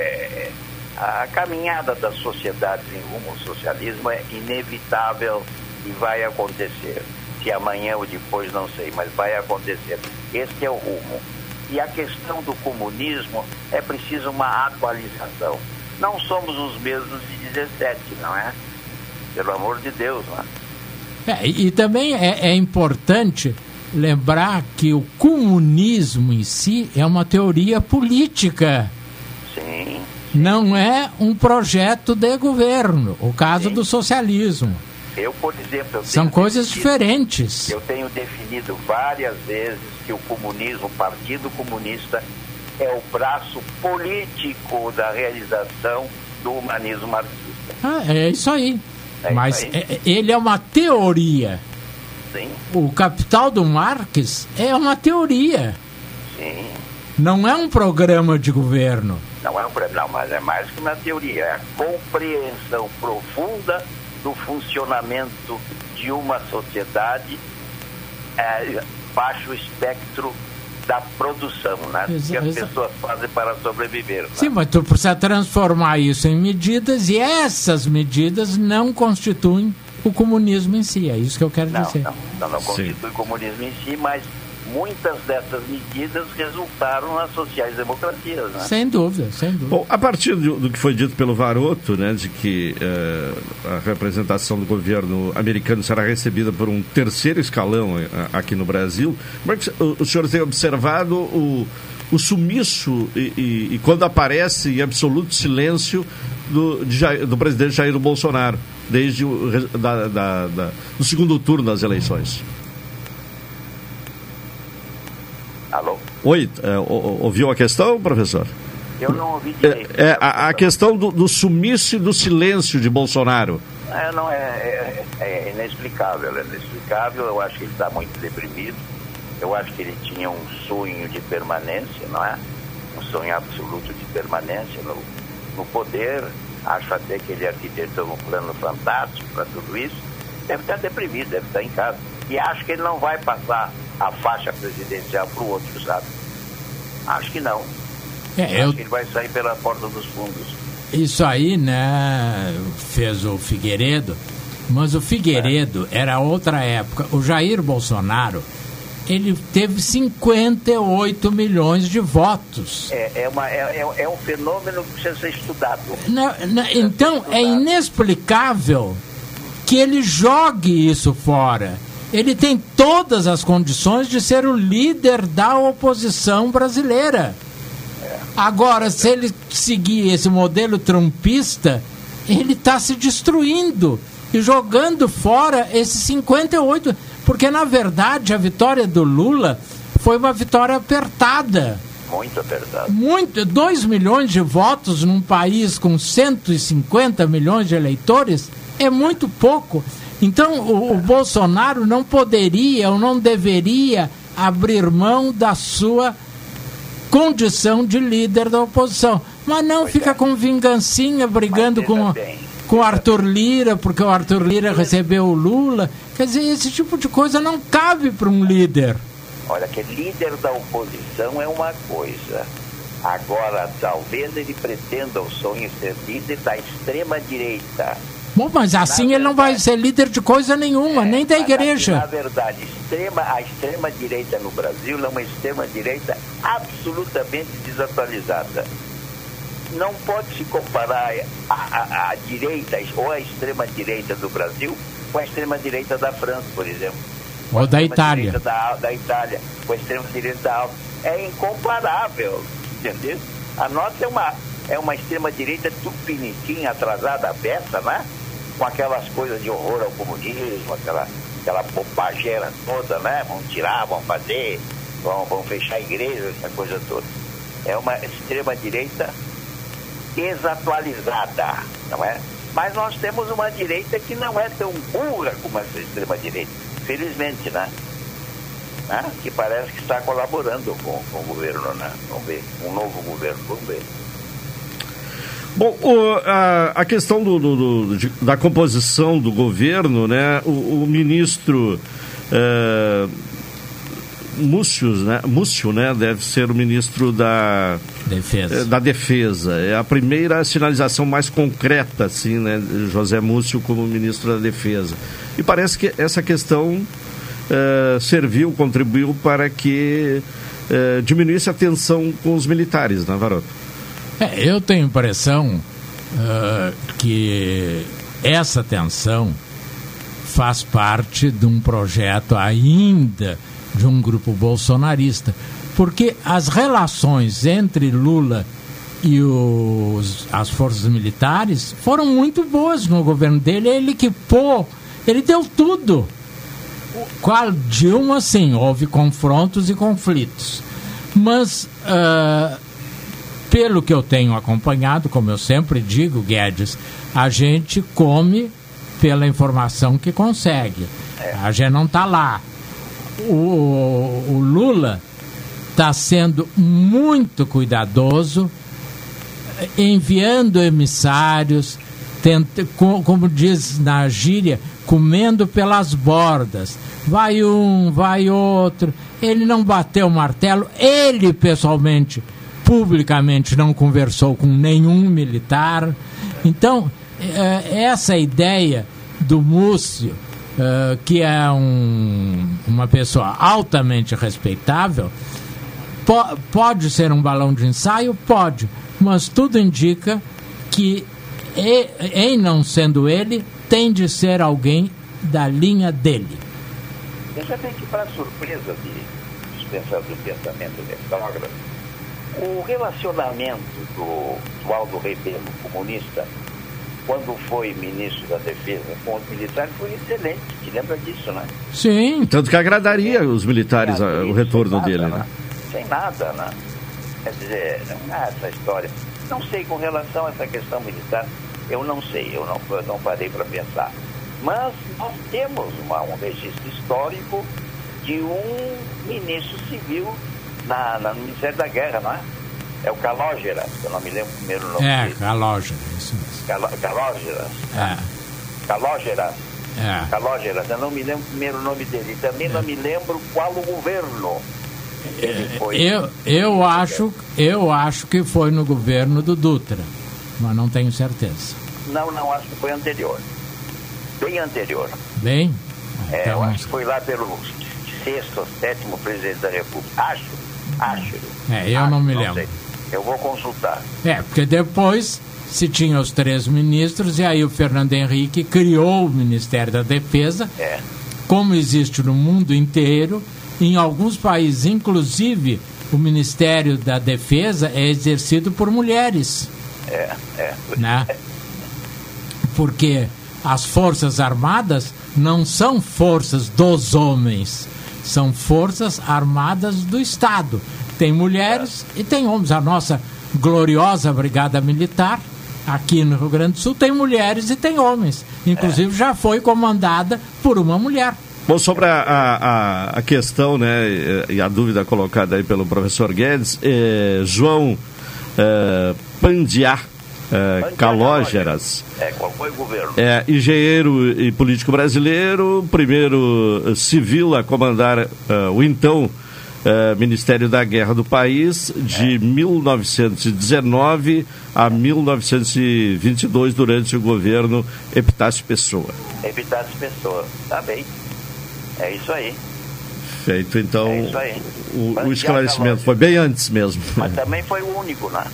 a caminhada das sociedades em rumo ao socialismo é inevitável e vai acontecer. Se amanhã ou depois, não sei, mas vai acontecer. Esse é o rumo. E a questão do comunismo é preciso uma atualização. Não somos os mesmos de 17, não é? Pelo amor de Deus, não é? E também é importante lembrar que o comunismo em si é uma teoria política. Sim. Não é um projeto de governo, o caso do socialismo. Eu, por exemplo... São coisas diferentes. Eu tenho definido várias vezes que o comunismo, o Partido Comunista, é o braço político da realização do humanismo marxista. É isso aí. Mas ele é uma teoria. Sim. O Capital do Marx é uma teoria. Sim. Não é um programa de governo. Não é um programa, mas é mais que uma teoria. É a compreensão profunda do funcionamento de uma sociedade baixo espectro da produção, né? Que as pessoas fazem para sobreviver. Né? Sim, mas tu precisa transformar isso em medidas, e essas medidas não constituem o comunismo em si. É isso que eu quero dizer. Não constitui o comunismo em si, mas muitas dessas medidas resultaram nas sociais-democracias, né? Sem dúvida, sem dúvida. Bom, a partir do que foi dito pelo Varoto, né, de que a representação do governo americano será recebida por um terceiro escalão aqui no Brasil, como é que o senhor tem observado o sumiço e quando aparece em absoluto silêncio do presidente Jair Bolsonaro, desde do segundo turno das eleições? Alô? Oi, ouviu a questão, professor? Eu não ouvi direito. A questão do sumiço e do silêncio de Bolsonaro. É inexplicável, eu acho que ele está muito deprimido, eu acho que ele tinha um sonho de permanência, não é? Um sonho absoluto de permanência no poder, acho até que ele arquitetou um plano fantástico para tudo isso, deve estar deprimido, deve estar em casa, e acho que ele não vai passar a faixa presidencial para o outro, sabe? Acho que não. Acho que ele vai sair pela porta dos fundos. Isso aí, né, fez o Figueiredo, mas o Figueiredo era outra época. O Jair Bolsonaro, ele teve 58 milhões de votos. É um fenômeno que precisa ser estudado. Então, é inexplicável que ele jogue isso fora. Ele tem todas as condições de ser o líder da oposição brasileira. Agora, se ele seguir esse modelo trumpista, ele está se destruindo e jogando fora esses 58. Porque, na verdade, a vitória do Lula foi uma vitória apertada. Muito apertada. 2 milhões de votos num país com 150 milhões de eleitores é muito pouco. Então, o Bolsonaro não poderia ou não deveria abrir mão da sua condição de líder da oposição. Mas não fica com vingancinha, brigando com o Arthur Lira, porque o Arthur Lira recebeu o Lula. Quer dizer, esse tipo de coisa não cabe para um líder. Olha, que líder da oposição é uma coisa. Agora, talvez ele pretenda o sonho de ser líder da extrema-direita. Bom, mas assim ele não vai ser líder de coisa nenhuma, nem da igreja. Na verdade, a extrema-direita no Brasil é uma extrema-direita absolutamente desatualizada. Não pode se comparar a direita ou a extrema-direita do Brasil com a extrema-direita da França, por exemplo. Ou da Itália. Da Itália, com a extrema-direita da Áustria. É incomparável, entendeu? A nossa é uma extrema-direita tupiniquim, atrasada, beça, né? Com aquelas coisas de horror ao comunismo, aquela bobageira toda, né? Vão tirar, vão fazer, vão fechar a igreja, essa coisa toda. É uma extrema-direita desatualizada, não é? Mas nós temos uma direita que não é tão burra como essa extrema-direita, felizmente, né? Que parece que está colaborando com o governo, né? Vamos ver, um novo governo, vamos ver. Bom, a questão da composição do governo, né? O ministro Múcio, né? Deve ser o ministro da Defesa. É a primeira sinalização mais concreta, assim, né? José Múcio como ministro da Defesa. E parece que essa questão contribuiu para que diminuísse a tensão com os militares, né, Varoto? Eu tenho a impressão que essa tensão faz parte de um projeto ainda de um grupo bolsonarista, porque as relações entre Lula e as forças militares foram muito boas no governo dele. Ele deu tudo. Com a Dilma, sim, houve confrontos e conflitos, mas pelo que eu tenho acompanhado, como eu sempre digo, Guedes, a gente come pela informação que consegue. A gente não está lá. O Lula está sendo muito cuidadoso, enviando emissários, como diz na gíria, comendo pelas bordas. Vai um, vai outro. Ele não bateu o martelo. Ele, pessoalmente, publicamente, não conversou com nenhum militar. Então, essa ideia do Múcio, que é uma pessoa altamente respeitável, pode ser um balão de ensaio? Pode, mas tudo indica que, em não sendo ele, tem de ser alguém da linha dele. Veja bem que, para surpresa do pensamento retrógrado, o relacionamento do Aldo Rebelo, comunista, quando foi ministro da Defesa com os militares, foi excelente. Te lembra disso, né? Sim, tanto que agradaria os militares o retorno dele, né? Sem nada, né? Quer dizer, não é essa história. Não sei, com relação a essa questão militar, eu não sei, eu não parei para pensar. Mas nós temos um registro histórico de um ministro civil no Ministério da Guerra, não é? É o Calógeras, eu não me lembro o primeiro nome dele. Calógeras, isso mesmo. Calógeras. Calógeras, eu não me lembro o primeiro nome dele. Também não me lembro qual o governo. Eu acho que foi no governo do Dutra, mas não tenho certeza. Não, acho que foi anterior. Bem anterior. Bem? Então... eu acho que foi lá pelo 6º ou 7º presidente da República. Acho. Eu não me lembro. Sei. Eu vou consultar. Porque depois se tinha os 3 ministros e aí o Fernando Henrique criou o Ministério da Defesa, como existe no mundo inteiro. Em alguns países, inclusive, o Ministério da Defesa é exercido por mulheres. Né? Porque as Forças Armadas não são forças dos homens, são Forças Armadas do Estado. Tem mulheres e tem homens. A nossa gloriosa Brigada Militar, aqui no Rio Grande do Sul, tem mulheres e tem homens. Inclusive já foi comandada por uma mulher. Bom, sobre a questão, né, e a dúvida colocada aí pelo professor Guedes, João Pandiá Calógeras. Qual foi o governo? Engenheiro e político brasileiro, primeiro civil a comandar o então Ministério da Guerra do país, de 1919 a 1922, durante o governo Epitácio Pessoa. Tá bem. É isso aí. Feito, então, isso aí. O esclarecimento foi bem antes mesmo. Mas também foi o único, né?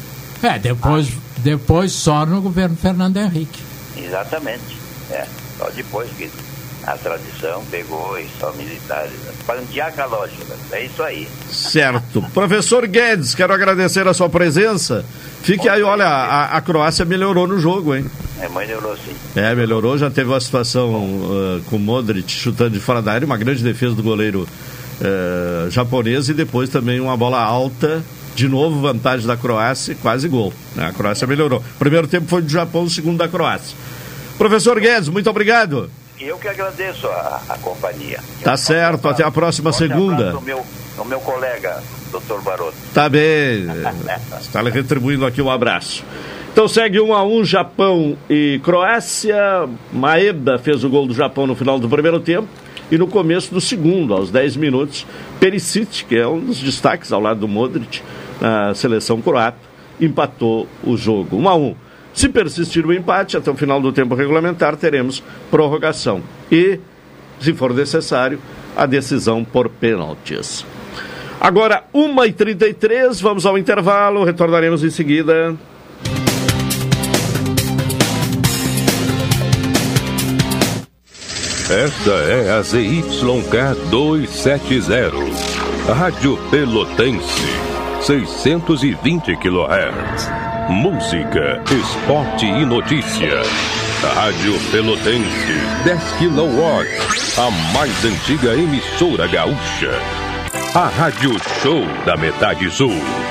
Depois só no governo Fernando Henrique. Exatamente. Só depois que a tradição pegou e só militares. Pandiaca lógica, é isso aí. Certo. Professor Guedes, quero agradecer a sua presença. Fique aí, olha, a Croácia melhorou no jogo, hein? Melhorou sim. Melhorou, já teve uma situação com o Modric chutando de fora da área, uma grande defesa do goleiro japonês, e depois também uma bola alta, de novo vantagem da Croácia, quase gol. A Croácia melhorou. O primeiro tempo foi do Japão, o segundo da Croácia. Professor Guedes, muito obrigado. Eu que agradeço a companhia. Tá certo, até a próxima segunda. O meu colega, Dr. Barotto. Tá bem, está lhe retribuindo aqui um abraço. Então segue 1-1 Japão e Croácia. Maeda fez o gol do Japão no final do primeiro tempo, e no começo do segundo, aos 10 minutos, Perisic, que é um dos destaques ao lado do Modric na seleção croata, empatou o jogo 1-1. Se persistir o empate até o final do tempo regulamentar, teremos prorrogação e, se for necessário, a decisão por pênaltis. Agora, 1h33, vamos ao intervalo, retornaremos em seguida. Esta é a ZYK 270, Rádio Pelotense, 620 kHz. Música, esporte e notícia. Rádio Pelotense, 10 kW, a mais antiga emissora gaúcha. A Rádio Show da Metade Sul.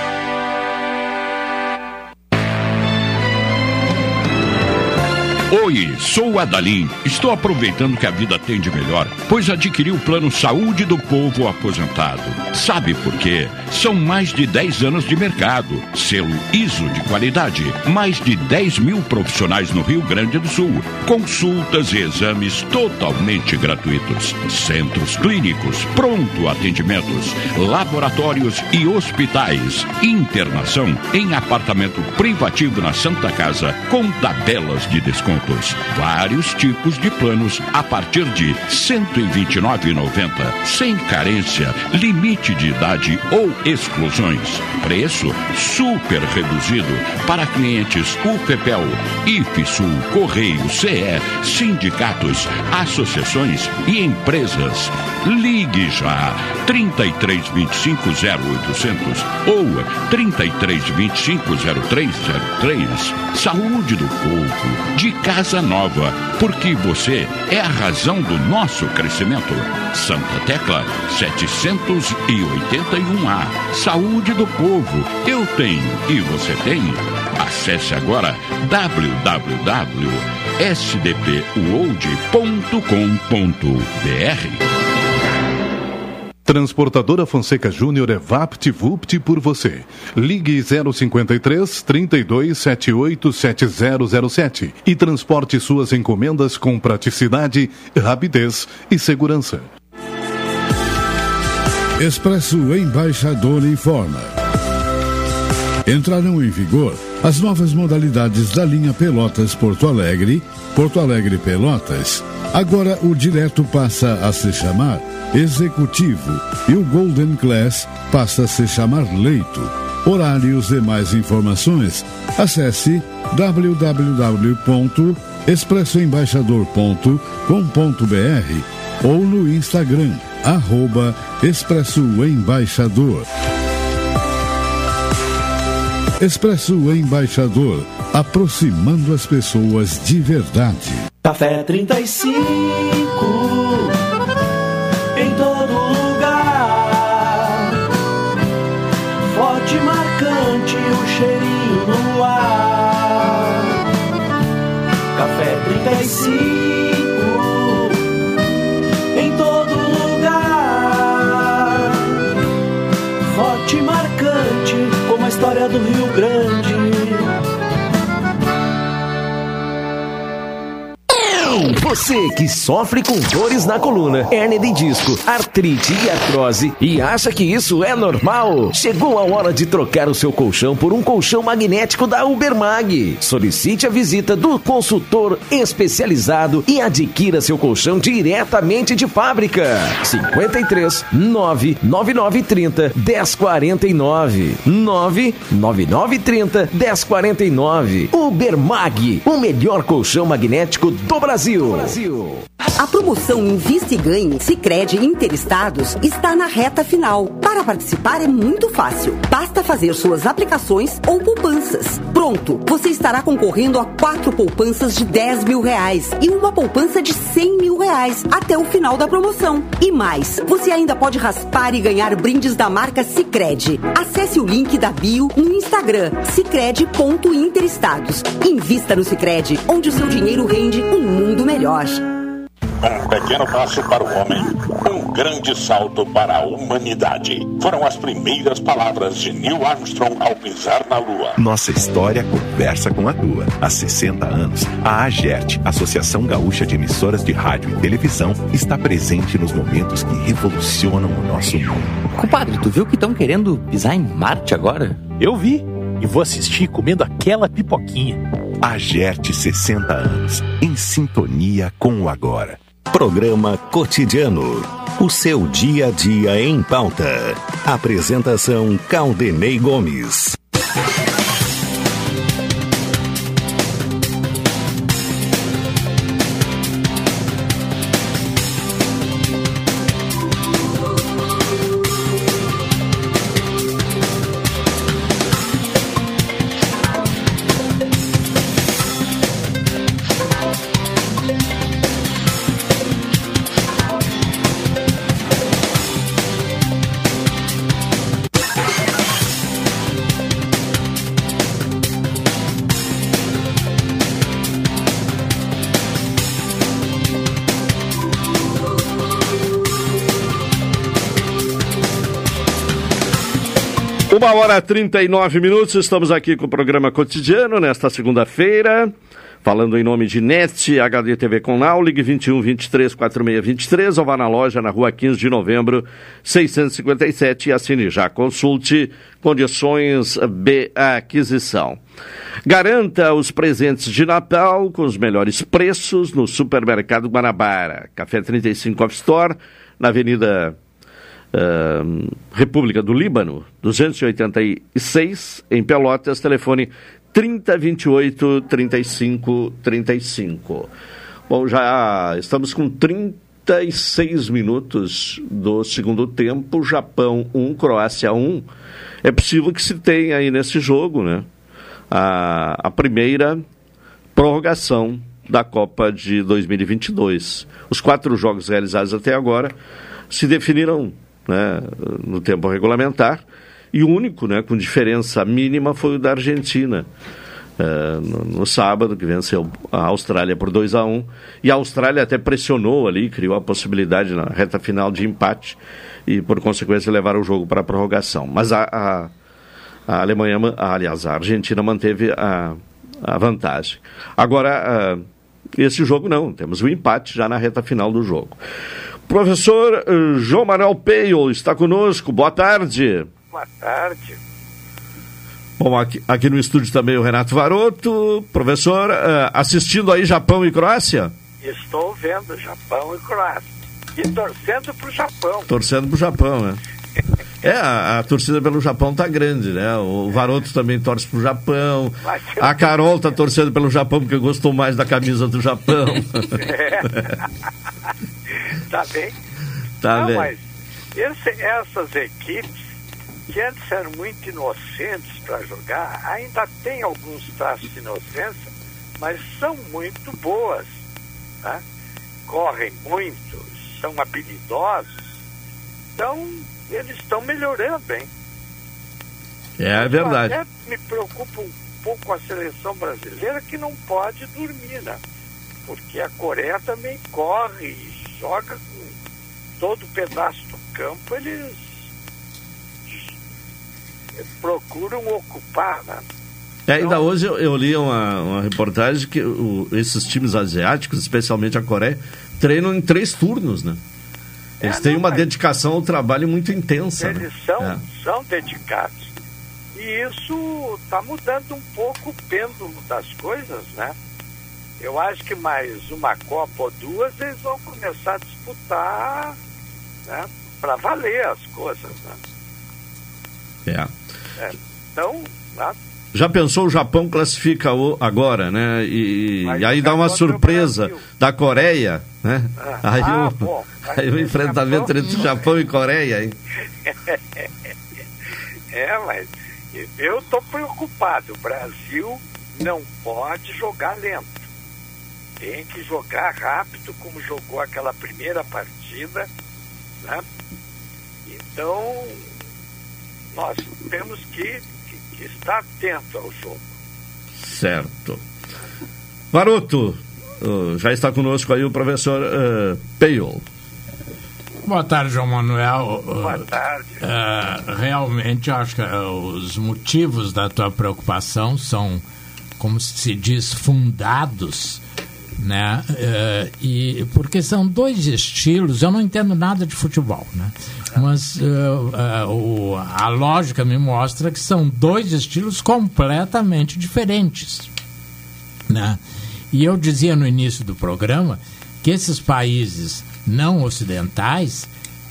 Oi, sou o Adalim. Estou aproveitando que a vida tem de melhor, pois adquiri o Plano Saúde do Povo Aposentado. Sabe por quê? São mais de 10 anos de mercado, selo ISO de qualidade, mais de 10 mil profissionais no Rio Grande do Sul, consultas e exames totalmente gratuitos, centros clínicos, pronto atendimentos, laboratórios e hospitais, internação em apartamento privativo na Santa Casa, com tabelas de descontos. Vários tipos de planos a partir de R$ 129,90, sem carência, limite de idade ou exclusões. Preço super reduzido para clientes UPPEL, IFSUL, Correio, CE, sindicatos, associações e empresas. Ligue já 3325 0800 ou 3325 0303. Saúde do povo, de casa nova, porque você é a razão do nosso crescimento. Santa Tecla 781A. Saúde do povo, eu tenho e você tem. Acesse agora www.sdpworld.com.br. Transportadora Fonseca Júnior é VaptVupt por você. Ligue 053 32 78 7007 e transporte suas encomendas com praticidade, rapidez e segurança. Expresso Embaixador informa. Entrarão em vigor as novas modalidades da linha Pelotas-Porto Alegre, Porto Alegre-Pelotas. Agora o direto passa a se chamar Executivo e o Golden Class passa a se chamar Leito. Horários e mais informações, acesse www.expressoembaixador.com.br ou no Instagram, @Expresso Embaixador. Expresso Embaixador, aproximando as pessoas de verdade. Café 35, em todo lugar. Forte e marcante, o cheirinho no ar. Café 35, em todo lugar. Forte e marcante, como a história do Rio Grande. Você que sofre com dores na coluna, hérnia de disco, artrite e artrose e acha que isso é normal? Chegou a hora de trocar o seu colchão por um colchão magnético da Ubermag. Solicite a visita do consultor especializado e adquira seu colchão diretamente de fábrica. 53 99930 1049 99930 1049. Ubermag, o melhor colchão magnético do Brasil. A promoção Invista e Ganhe Sicredi Interestados está na reta final. Para participar é muito fácil. Basta fazer suas aplicações ou poupanças. Pronto, você estará concorrendo a 4 poupanças de R$10 mil e uma poupança de R$100 mil até o final da promoção. E mais, você ainda pode raspar e ganhar brindes da marca Sicredi. Acesse o link da bio no Instagram, sicredi.interestados. Invista no Sicredi, onde o seu dinheiro rende um mundo melhor. Um pequeno passo para o homem, um grande salto para a humanidade. Foram as primeiras palavras de Neil Armstrong ao pisar na Lua. Nossa história conversa com a tua. Há 60 anos, a AGERT, Associação Gaúcha de Emissoras de Rádio e Televisão, está presente nos momentos que revolucionam o nosso mundo. Compadre, tu viu que estão querendo pisar em Marte agora? Eu vi, e vou assistir comendo aquela pipoquinha. AGERT 60 anos, em sintonia com o agora. Programa Cotidiano. O seu dia a dia em pauta. Apresentação Caldenei Gomes. Uma hora e 39 minutos, estamos aqui com o programa Cotidiano nesta segunda-feira, falando em nome de NET, HD TV com Now, ligue 21 23 46 23 ou vá na loja na rua 15 de novembro 657 e assine já, consulte condições de aquisição. Garanta os presentes de Natal com os melhores preços no Supermercado Guanabara. Café 35 Off Store, na Avenida República do Líbano, 286, em Pelotas, telefone 3028 35 35. Bom, já estamos com 36 minutos do segundo tempo, Japão 1, Croácia 1. É possível que se tenha aí nesse jogo, né, a primeira prorrogação da Copa de 2022. Os 4 jogos realizados até agora se definiram, né, no tempo regulamentar, e o único, né, com diferença mínima foi o da Argentina, no sábado, que venceu a Austrália por 2-1, e a Austrália até pressionou ali, criou a possibilidade na reta final de empate e, por consequência, levar o jogo para a prorrogação. Mas a Alemanha, aliás, a Argentina manteve a vantagem. Agora, esse jogo não, temos o empate já na reta final do jogo. Professor João Manuel Peio está conosco. Boa tarde. Boa tarde. Bom, aqui no estúdio também o Renato Varoto. Professor, assistindo aí Japão e Croácia? Estou vendo Japão e Croácia. E torcendo para o Japão. Torcendo para o Japão, né? A torcida pelo Japão tá grande, né? O Varoto também torce pro Japão. A Carol tá torcendo pelo Japão porque gostou mais da camisa do Japão. Tá bem? Tá bem. Mas essas equipes que antes eram muito inocentes para jogar, ainda tem alguns traços de inocência, mas são muito boas, né? Correm muito, são habilidosos, então eles estão melhorando, hein? É verdade. Até me preocupa um pouco a seleção brasileira, que não pode dormir, né? Porque a Coreia também corre e joga com todo o pedaço do campo, eles procuram ocupar, né? Ainda hoje eu li uma reportagem que esses times asiáticos, especialmente a Coreia, treinam em 3 turnos, né? Eles têm uma dedicação ao trabalho muito intensa. Eles são dedicados. E isso está mudando um pouco o pêndulo das coisas, né? Eu acho que mais uma Copa ou 2 eles vão começar a disputar, né? Para valer as coisas, né? Então, né? Já pensou, o Japão classifica agora, né? E aí dá uma surpresa da Coreia, né? Aí o enfrentamento entre Japão e Coreia, hein? Mas eu estou preocupado. O Brasil não pode jogar lento. Tem que jogar rápido, como jogou aquela primeira partida, né? Então, nós temos que estar atento ao jogo. Certo. Varoto, já está conosco aí o professor Peio. Boa tarde, João Manuel. Boa tarde. Realmente, eu acho que os motivos da tua preocupação são, como se diz, fundados, né? E porque são 2 estilos. Eu não entendo nada de futebol, né? Mas a lógica me mostra que são 2 estilos completamente diferentes, né? E eu dizia no início do programa que esses países não ocidentais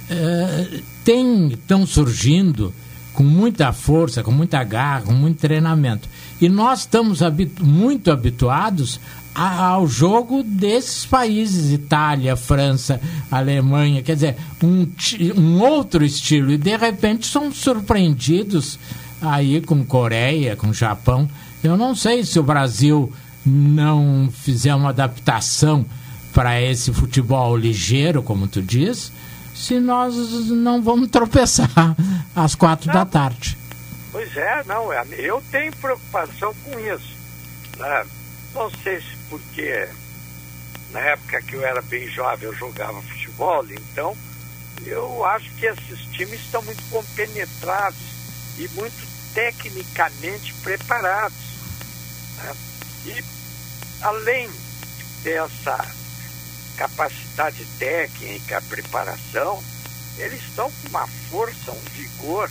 estão surgindo com muita força, com muita garra, com muito treinamento. E nós estamos muito habituados ao jogo desses países, Itália, França, Alemanha, quer dizer, um outro estilo, e de repente somos surpreendidos aí com Coreia, com Japão. Eu não sei se o Brasil não fizer uma adaptação para esse futebol ligeiro, como tu diz, se nós não vamos tropeçar às 4 da tarde. Pois eu tenho preocupação com isso, né? Não sei se porque na época que eu era bem jovem eu jogava futebol, então eu acho que esses times estão muito compenetrados e muito tecnicamente preparados, né? E além dessa capacidade técnica, preparação, eles estão com uma força, um vigor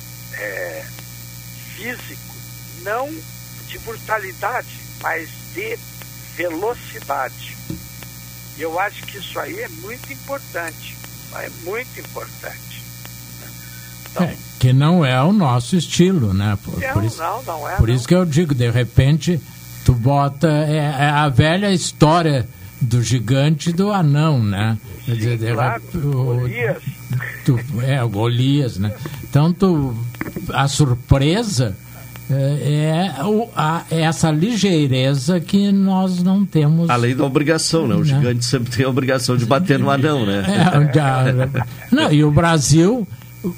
físico, não de brutalidade, mas de velocidade. E eu acho que isso aí é muito importante. É muito importante. Então, que não é o nosso estilo, né? Não é. Por isso que eu digo, de repente, tu bota a velha história do gigante e do anão, né? Sim, claro, Golias. O Golias, né? Então, a surpresa é essa ligeireza que nós não temos. Além da obrigação, né? O gigante sempre tem a obrigação de bater no anão, né? Não, e o Brasil,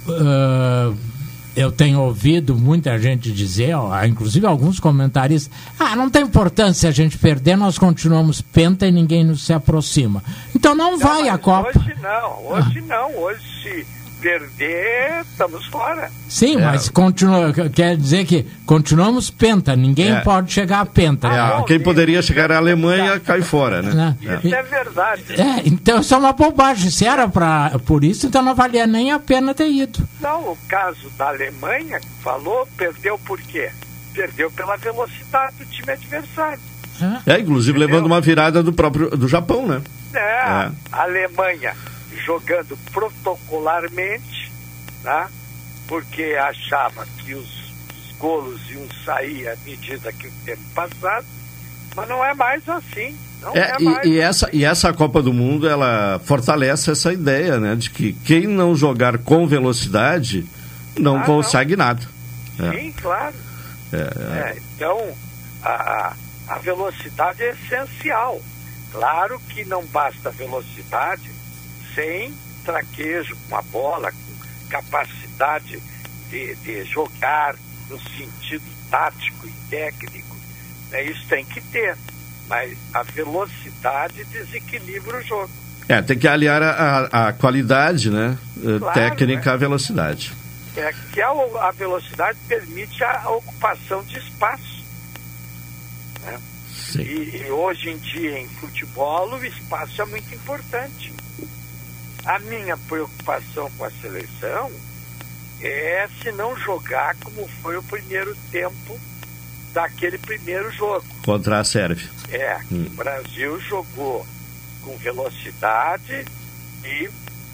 eu tenho ouvido muita gente dizer, inclusive alguns comentaristas, não tem importância se a gente perder, nós continuamos penta e ninguém nos se aproxima. Então não vai a Copa. Hoje não. Hoje se perder, estamos fora. Sim, mas continua, quer dizer que continuamos penta, ninguém pode chegar a penta. Quem poderia chegar à Alemanha cai fora, né? Isso é verdade. Então isso é uma bobagem. Se era por isso, então não valia nem a pena ter ido. Não, o caso da Alemanha, falou, perdeu por quê? Perdeu pela velocidade do time adversário. Inclusive levando uma virada do Japão, né? A Alemanha jogando protocolarmente, tá? Porque achava que os golos iam sair à medida que o tempo passava, mas não é mais assim. E essa Copa do Mundo, ela fortalece essa ideia, né? De que quem não jogar com velocidade não consegue nada. Sim, claro. Então, a velocidade é essencial. Claro que não basta velocidade sem traquejo com a bola, com capacidade de jogar no sentido tático e técnico. Isso tem que ter, mas a velocidade desequilibra o jogo. Tem que aliar a qualidade, né? Claro, técnica à velocidade. Que a velocidade permite a ocupação de espaço. Né? E hoje em dia, em futebol, o espaço é muito importante. A minha preocupação com a seleção é se não jogar como foi o primeiro tempo daquele primeiro jogo. Contra a Sérvia. O Brasil jogou com velocidade e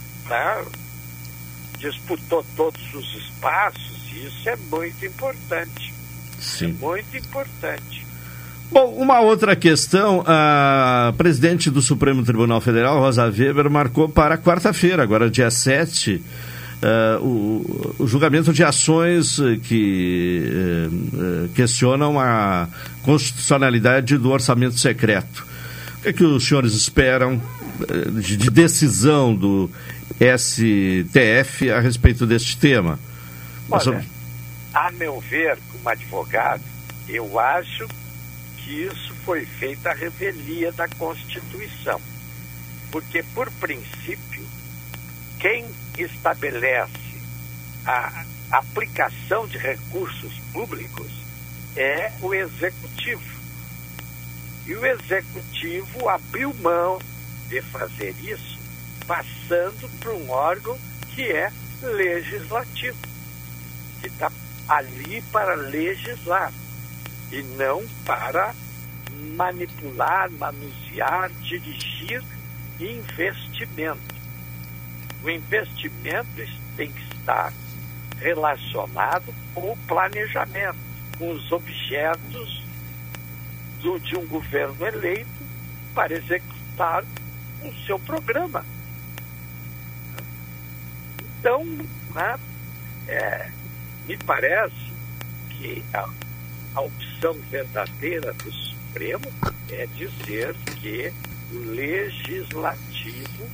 disputou todos os espaços, e isso é muito importante. Sim. É muito importante. Bom, uma outra questão, a presidente do Supremo Tribunal Federal, Rosa Weber, marcou para quarta-feira, agora dia 7, o julgamento de ações que questionam a constitucionalidade do orçamento secreto. O que é que os senhores esperam de decisão do STF a respeito deste tema? Olha, a meu ver, como advogado, eu acho que isso foi feito à revelia da Constituição. Porque, por princípio, quem estabelece a aplicação de recursos públicos é o Executivo. E o Executivo abriu mão de fazer isso, passando para um órgão que é legislativo, que está ali para legislar e não para manipular, manusear, dirigir investimento. O investimento tem que estar relacionado com o planejamento, com os objetos de um governo eleito para executar o seu programa. Então, me parece que a opção verdadeira do Supremo é dizer que o legislativo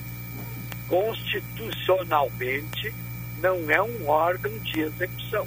constitucionalmente não é um órgão de execução.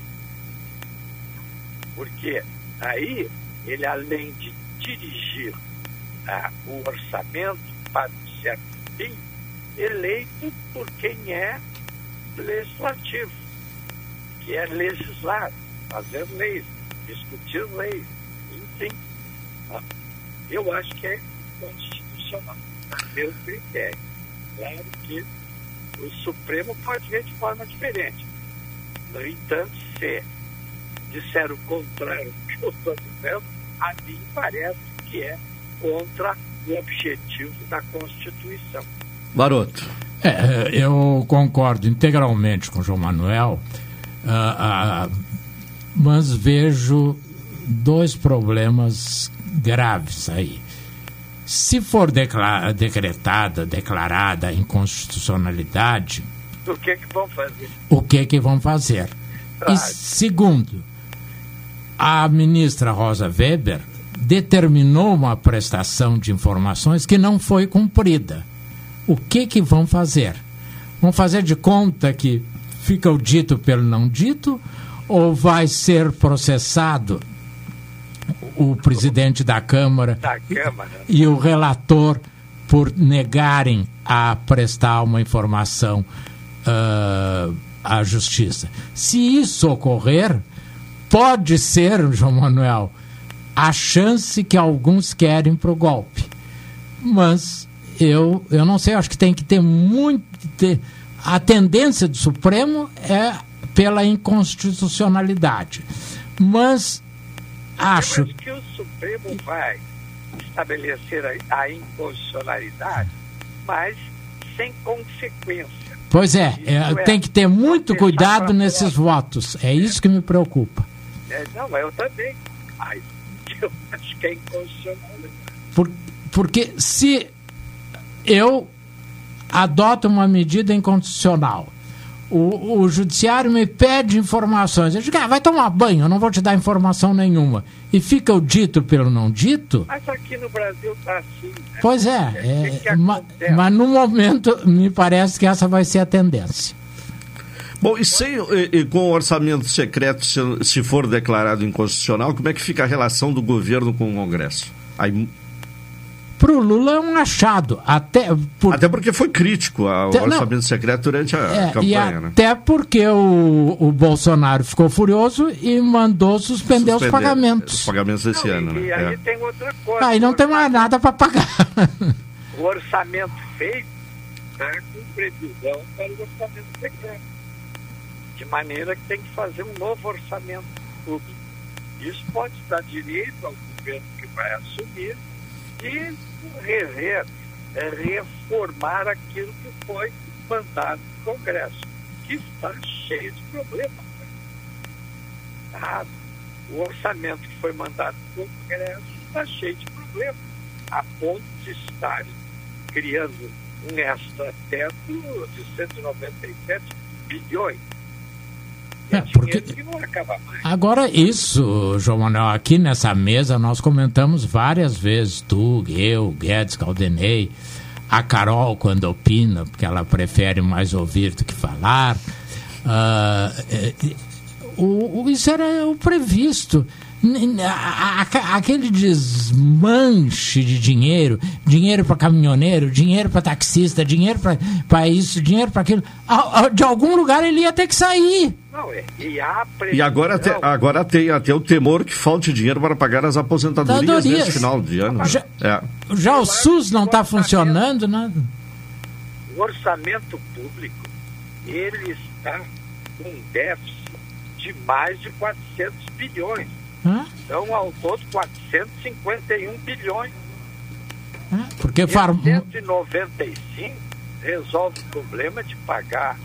Porque aí ele, além de dirigir o orçamento para um certo fim, eleito por quem é legislativo, que é legislar, fazer leis, discutir leis, enfim. Eu acho que é constitucional, a meu critério. Claro que o Supremo pode ver de forma diferente. No entanto, se disser o contrário do que eu estou dizendo, a mim parece que é contra o objetivo da Constituição. Baroto. Eu concordo integralmente com o João Manuel, mas vejo dois problemas graves aí. Se for declarada inconstitucionalidade, o que vão fazer? O que vão fazer? E segundo, a ministra Rosa Weber determinou uma prestação de informações que não foi cumprida. O que vão fazer? Vão fazer de conta que fica o dito pelo não dito, ou vai ser processado o presidente da Câmara e o relator por negarem a prestar uma informação à justiça. Se isso ocorrer, pode ser, João Manuel, a chance que alguns querem para o golpe. Mas eu não sei, acho que tem que ter muito... A tendência do Supremo é pela inconstitucionalidade. Mas acho... Eu acho que o Supremo vai estabelecer a inconstitucionalidade, mas sem consequência. Pois tem que ter muito cuidado nesses votos. É isso que me preocupa. Não, mas eu também. Eu acho que é inconstitucional. Porque se eu adoto uma medida inconstitucional, o judiciário me pede informações, eu digo, vai tomar banho, eu não vou te dar informação nenhuma. E fica o dito pelo não dito. Mas aqui no Brasil está assim. Né? Pois mas no momento me parece que essa vai ser a tendência. Bom, e com o orçamento secreto, se for declarado inconstitucional, como é que fica a relação do governo com o Congresso? Para o Lula é um achado. Até porque foi crítico ao orçamento secreto durante a campanha. Até porque o Bolsonaro ficou furioso e mandou suspender os pagamentos. Os pagamentos desse ano. E aí tem outra coisa. Aí não tem mais nada para pagar. O orçamento feito está com previsão para o orçamento secreto. De maneira que tem que fazer um novo orçamento público. Isso pode dar direito ao governo que vai assumir de reformar aquilo que foi mandado no Congresso, que está cheio de problemas. O orçamento que foi mandado no Congresso está cheio de problemas, a ponto de estar criando um extra-teto de 197 bilhões. Porque... que não acaba mais. Agora isso, João Manuel, aqui nessa mesa nós comentamos várias vezes, tu, eu, Guedes, Caldenei, a Carol quando opina, porque ela prefere mais ouvir do que falar. Isso era o previsto. Aquele desmanche de dinheiro para caminhoneiro, dinheiro para taxista, dinheiro para isso, dinheiro para aquilo, de algum lugar ele ia ter que sair. Não, e agora tem até o temor que falte dinheiro para pagar as aposentadorias nesse final de ano. Já o SUS não está funcionando, né? O orçamento público, ele está com um déficit de mais de 400 bilhões. Então, ao todo, 451 bilhões. Porque 195 resolve o problema de pagar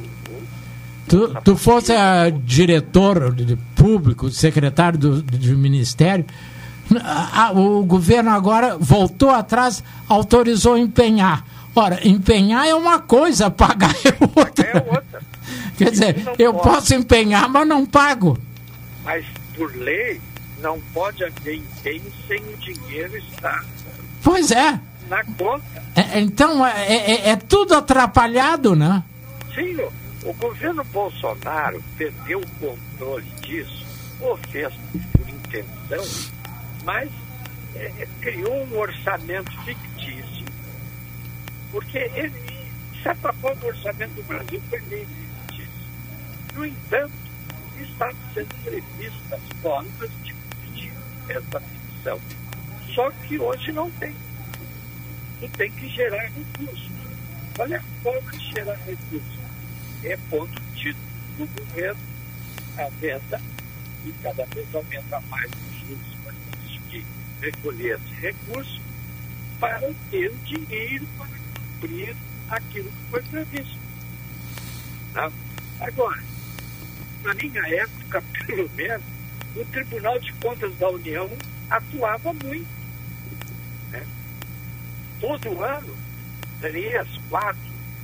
Tu fosse diretor público, secretário do Ministério, o governo agora voltou atrás, autorizou empenhar. Ora, empenhar é uma coisa, pagar é outra. Quer dizer, eu posso empenhar, mas não pago. Mas, por lei, não pode haver empenho sem o dinheiro estar na conta. Então, é tudo atrapalhado, né? Sim, o governo Bolsonaro perdeu o controle disso, ou fez por intenção, mas criou um orçamento fictício. Porque ele, de certa forma, o orçamento do Brasil foi meio fictício. No entanto, está sendo previstas formas de cumprir essa ficção. Só que hoje não tem. Tu tem que gerar recursos. Olha a forma de gerar recursos. É ponto título do governo, a venda, e cada vez aumenta mais os juros para conseguir recolher esse recurso para ter dinheiro para cumprir aquilo que foi previsto. Tá? Agora, na minha época, pelo menos, o Tribunal de Contas da União atuava muito. Né? Todo ano, 3, 4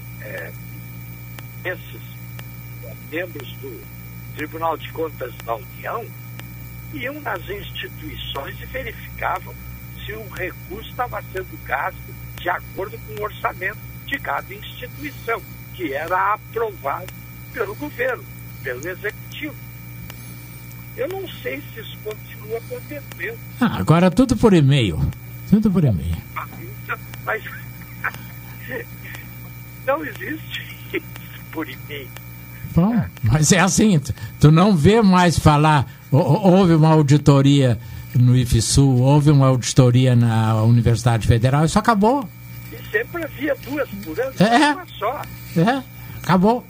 esses membros do Tribunal de Contas da União iam nas instituições e verificavam se o recurso estava sendo gasto de acordo com o orçamento de cada instituição, que era aprovado pelo governo, pelo executivo. Eu não sei se isso continua acontecendo. Agora tudo por e-mail. Tudo por e-mail. Mas não existe isso por mim. Bom, mas é assim, tu não vê mais falar, houve uma auditoria no IFSU, houve uma auditoria na Universidade Federal, isso acabou. E sempre havia 2 por ano, uma só. Acabou.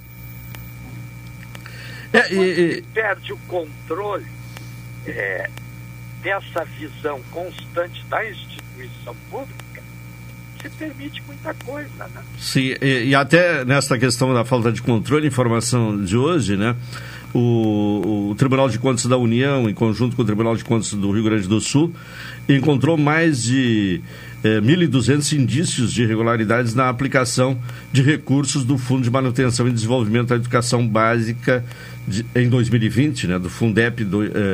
Quando perde o controle dessa visão constante da instituição pública, se permite muita coisa, né? Sim, e até nesta questão da falta de controle, informação de hoje, né? O Tribunal de Contas da União, em conjunto com o Tribunal de Contas do Rio Grande do Sul, encontrou mais de 1.200 indícios de irregularidades na aplicação de recursos do Fundo de Manutenção e Desenvolvimento da Educação Básica em 2020, né, do Fundeb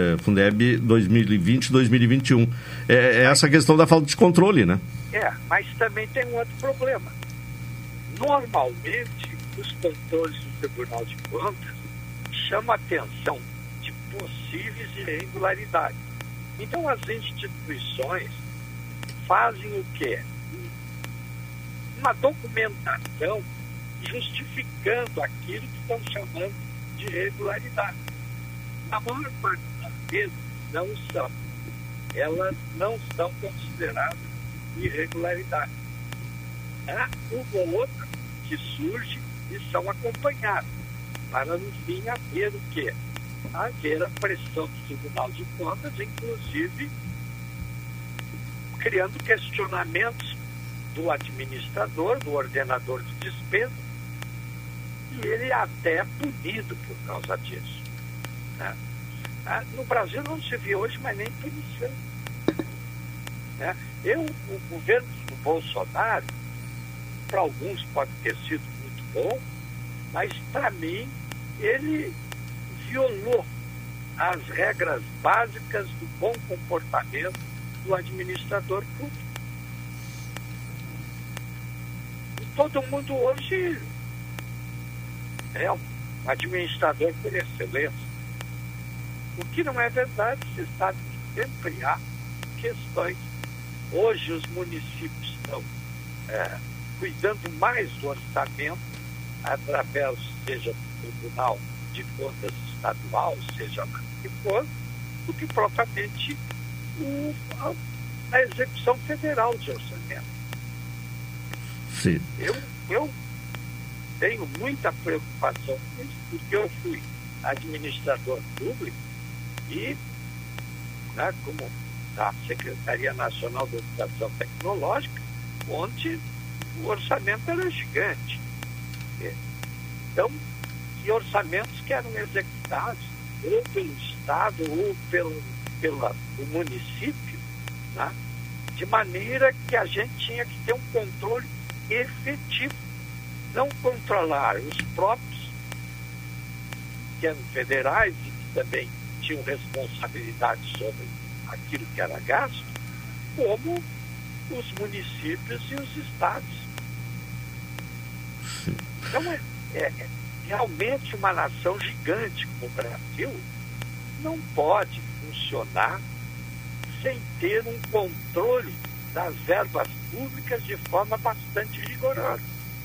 2020-2021. É essa questão da falta de controle, né? Mas também tem um outro problema. Normalmente, os controles do Tribunal de Contas chamam a atenção de possíveis irregularidades. Então, as instituições fazem o quê? Uma documentação justificando aquilo que estão chamando de irregularidade. Na maior parte das vezes não são. Elas não são consideradas irregularidades. Há uma ou outra que surge e são acompanhadas, para no fim haver o quê? Haver a pressão do Tribunal de Contas, inclusive criando questionamentos do administrador, do ordenador de despesa, e ele até é punido por causa disso. Né? No Brasil não se vê hoje, mas nem punição. Né? O governo do Bolsonaro, para alguns pode ter sido muito bom, mas para mim ele violou as regras básicas do bom comportamento do administrador público. E todo mundo hoje é um administrador por excelência. O que não é verdade, se sabe que sempre há questões. Hoje os municípios estão cuidando mais do orçamento através, seja do Tribunal de Contas Estadual, seja lá que for, do que propriamente a execução federal de orçamento. Sim. Eu tenho muita preocupação com isso, porque eu fui administrador público e, né, como da Secretaria Nacional de Educação Tecnológica, onde o orçamento era gigante. Então, e orçamentos que eram executados ou pelo Estado ou pelo município, né? De maneira que a gente tinha que ter um controle efetivo, não controlar os próprios, que eram federais e que também tinham responsabilidade sobre aquilo que era gasto, como os municípios e os estados. Então, realmente uma nação gigante como o Brasil não pode funcionar sem ter um controle das verbas públicas de forma bastante rigorosa.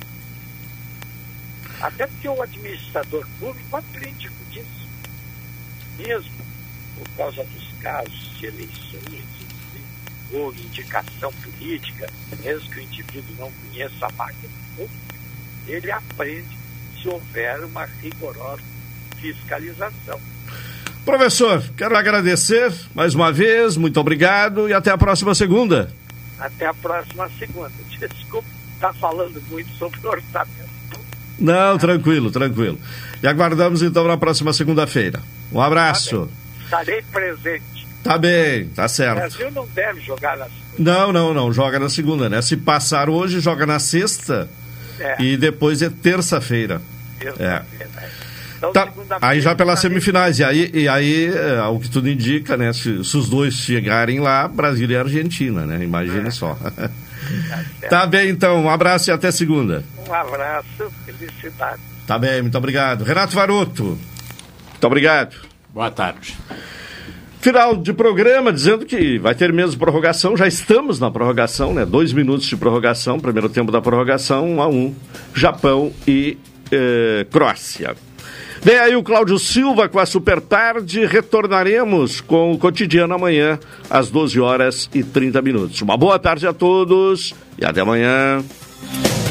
Até porque o administrador público aprende com isso. Mesmo por causa dos casos de eleições ou indicação política, mesmo que o indivíduo não conheça a máquina pública, ele aprende se houver uma rigorosa fiscalização. Professor, quero agradecer mais uma vez, muito obrigado e até a próxima segunda. Até a próxima segunda. Desculpa estar falando muito sobre o orçamento. Não, tranquilo. E aguardamos então na próxima segunda-feira. Um abraço. Estarei presente. Tá bem, tá certo. O Brasil não deve jogar na segunda. Não, joga na segunda, né? Se passar hoje, joga na sexta e depois é terça-feira. Então, tá, aí já pelas semifinais, e aí o que tudo indica, né? Se os dois chegarem lá, Brasil e Argentina, né? Imagine só. Tá bem, então, um abraço e até segunda. Um abraço, felicidade. Tá bem, muito obrigado. Renato Varoto, muito obrigado. Boa tarde. Final de programa, dizendo que vai ter mesmo prorrogação, já estamos na prorrogação, né? 2 minutos de prorrogação, primeiro tempo da prorrogação, 1-1, Japão e Croácia. Vem aí o Cláudio Silva com a Super Tarde. Retornaremos com o Cotidiano amanhã às 12h30. Uma boa tarde a todos e até amanhã.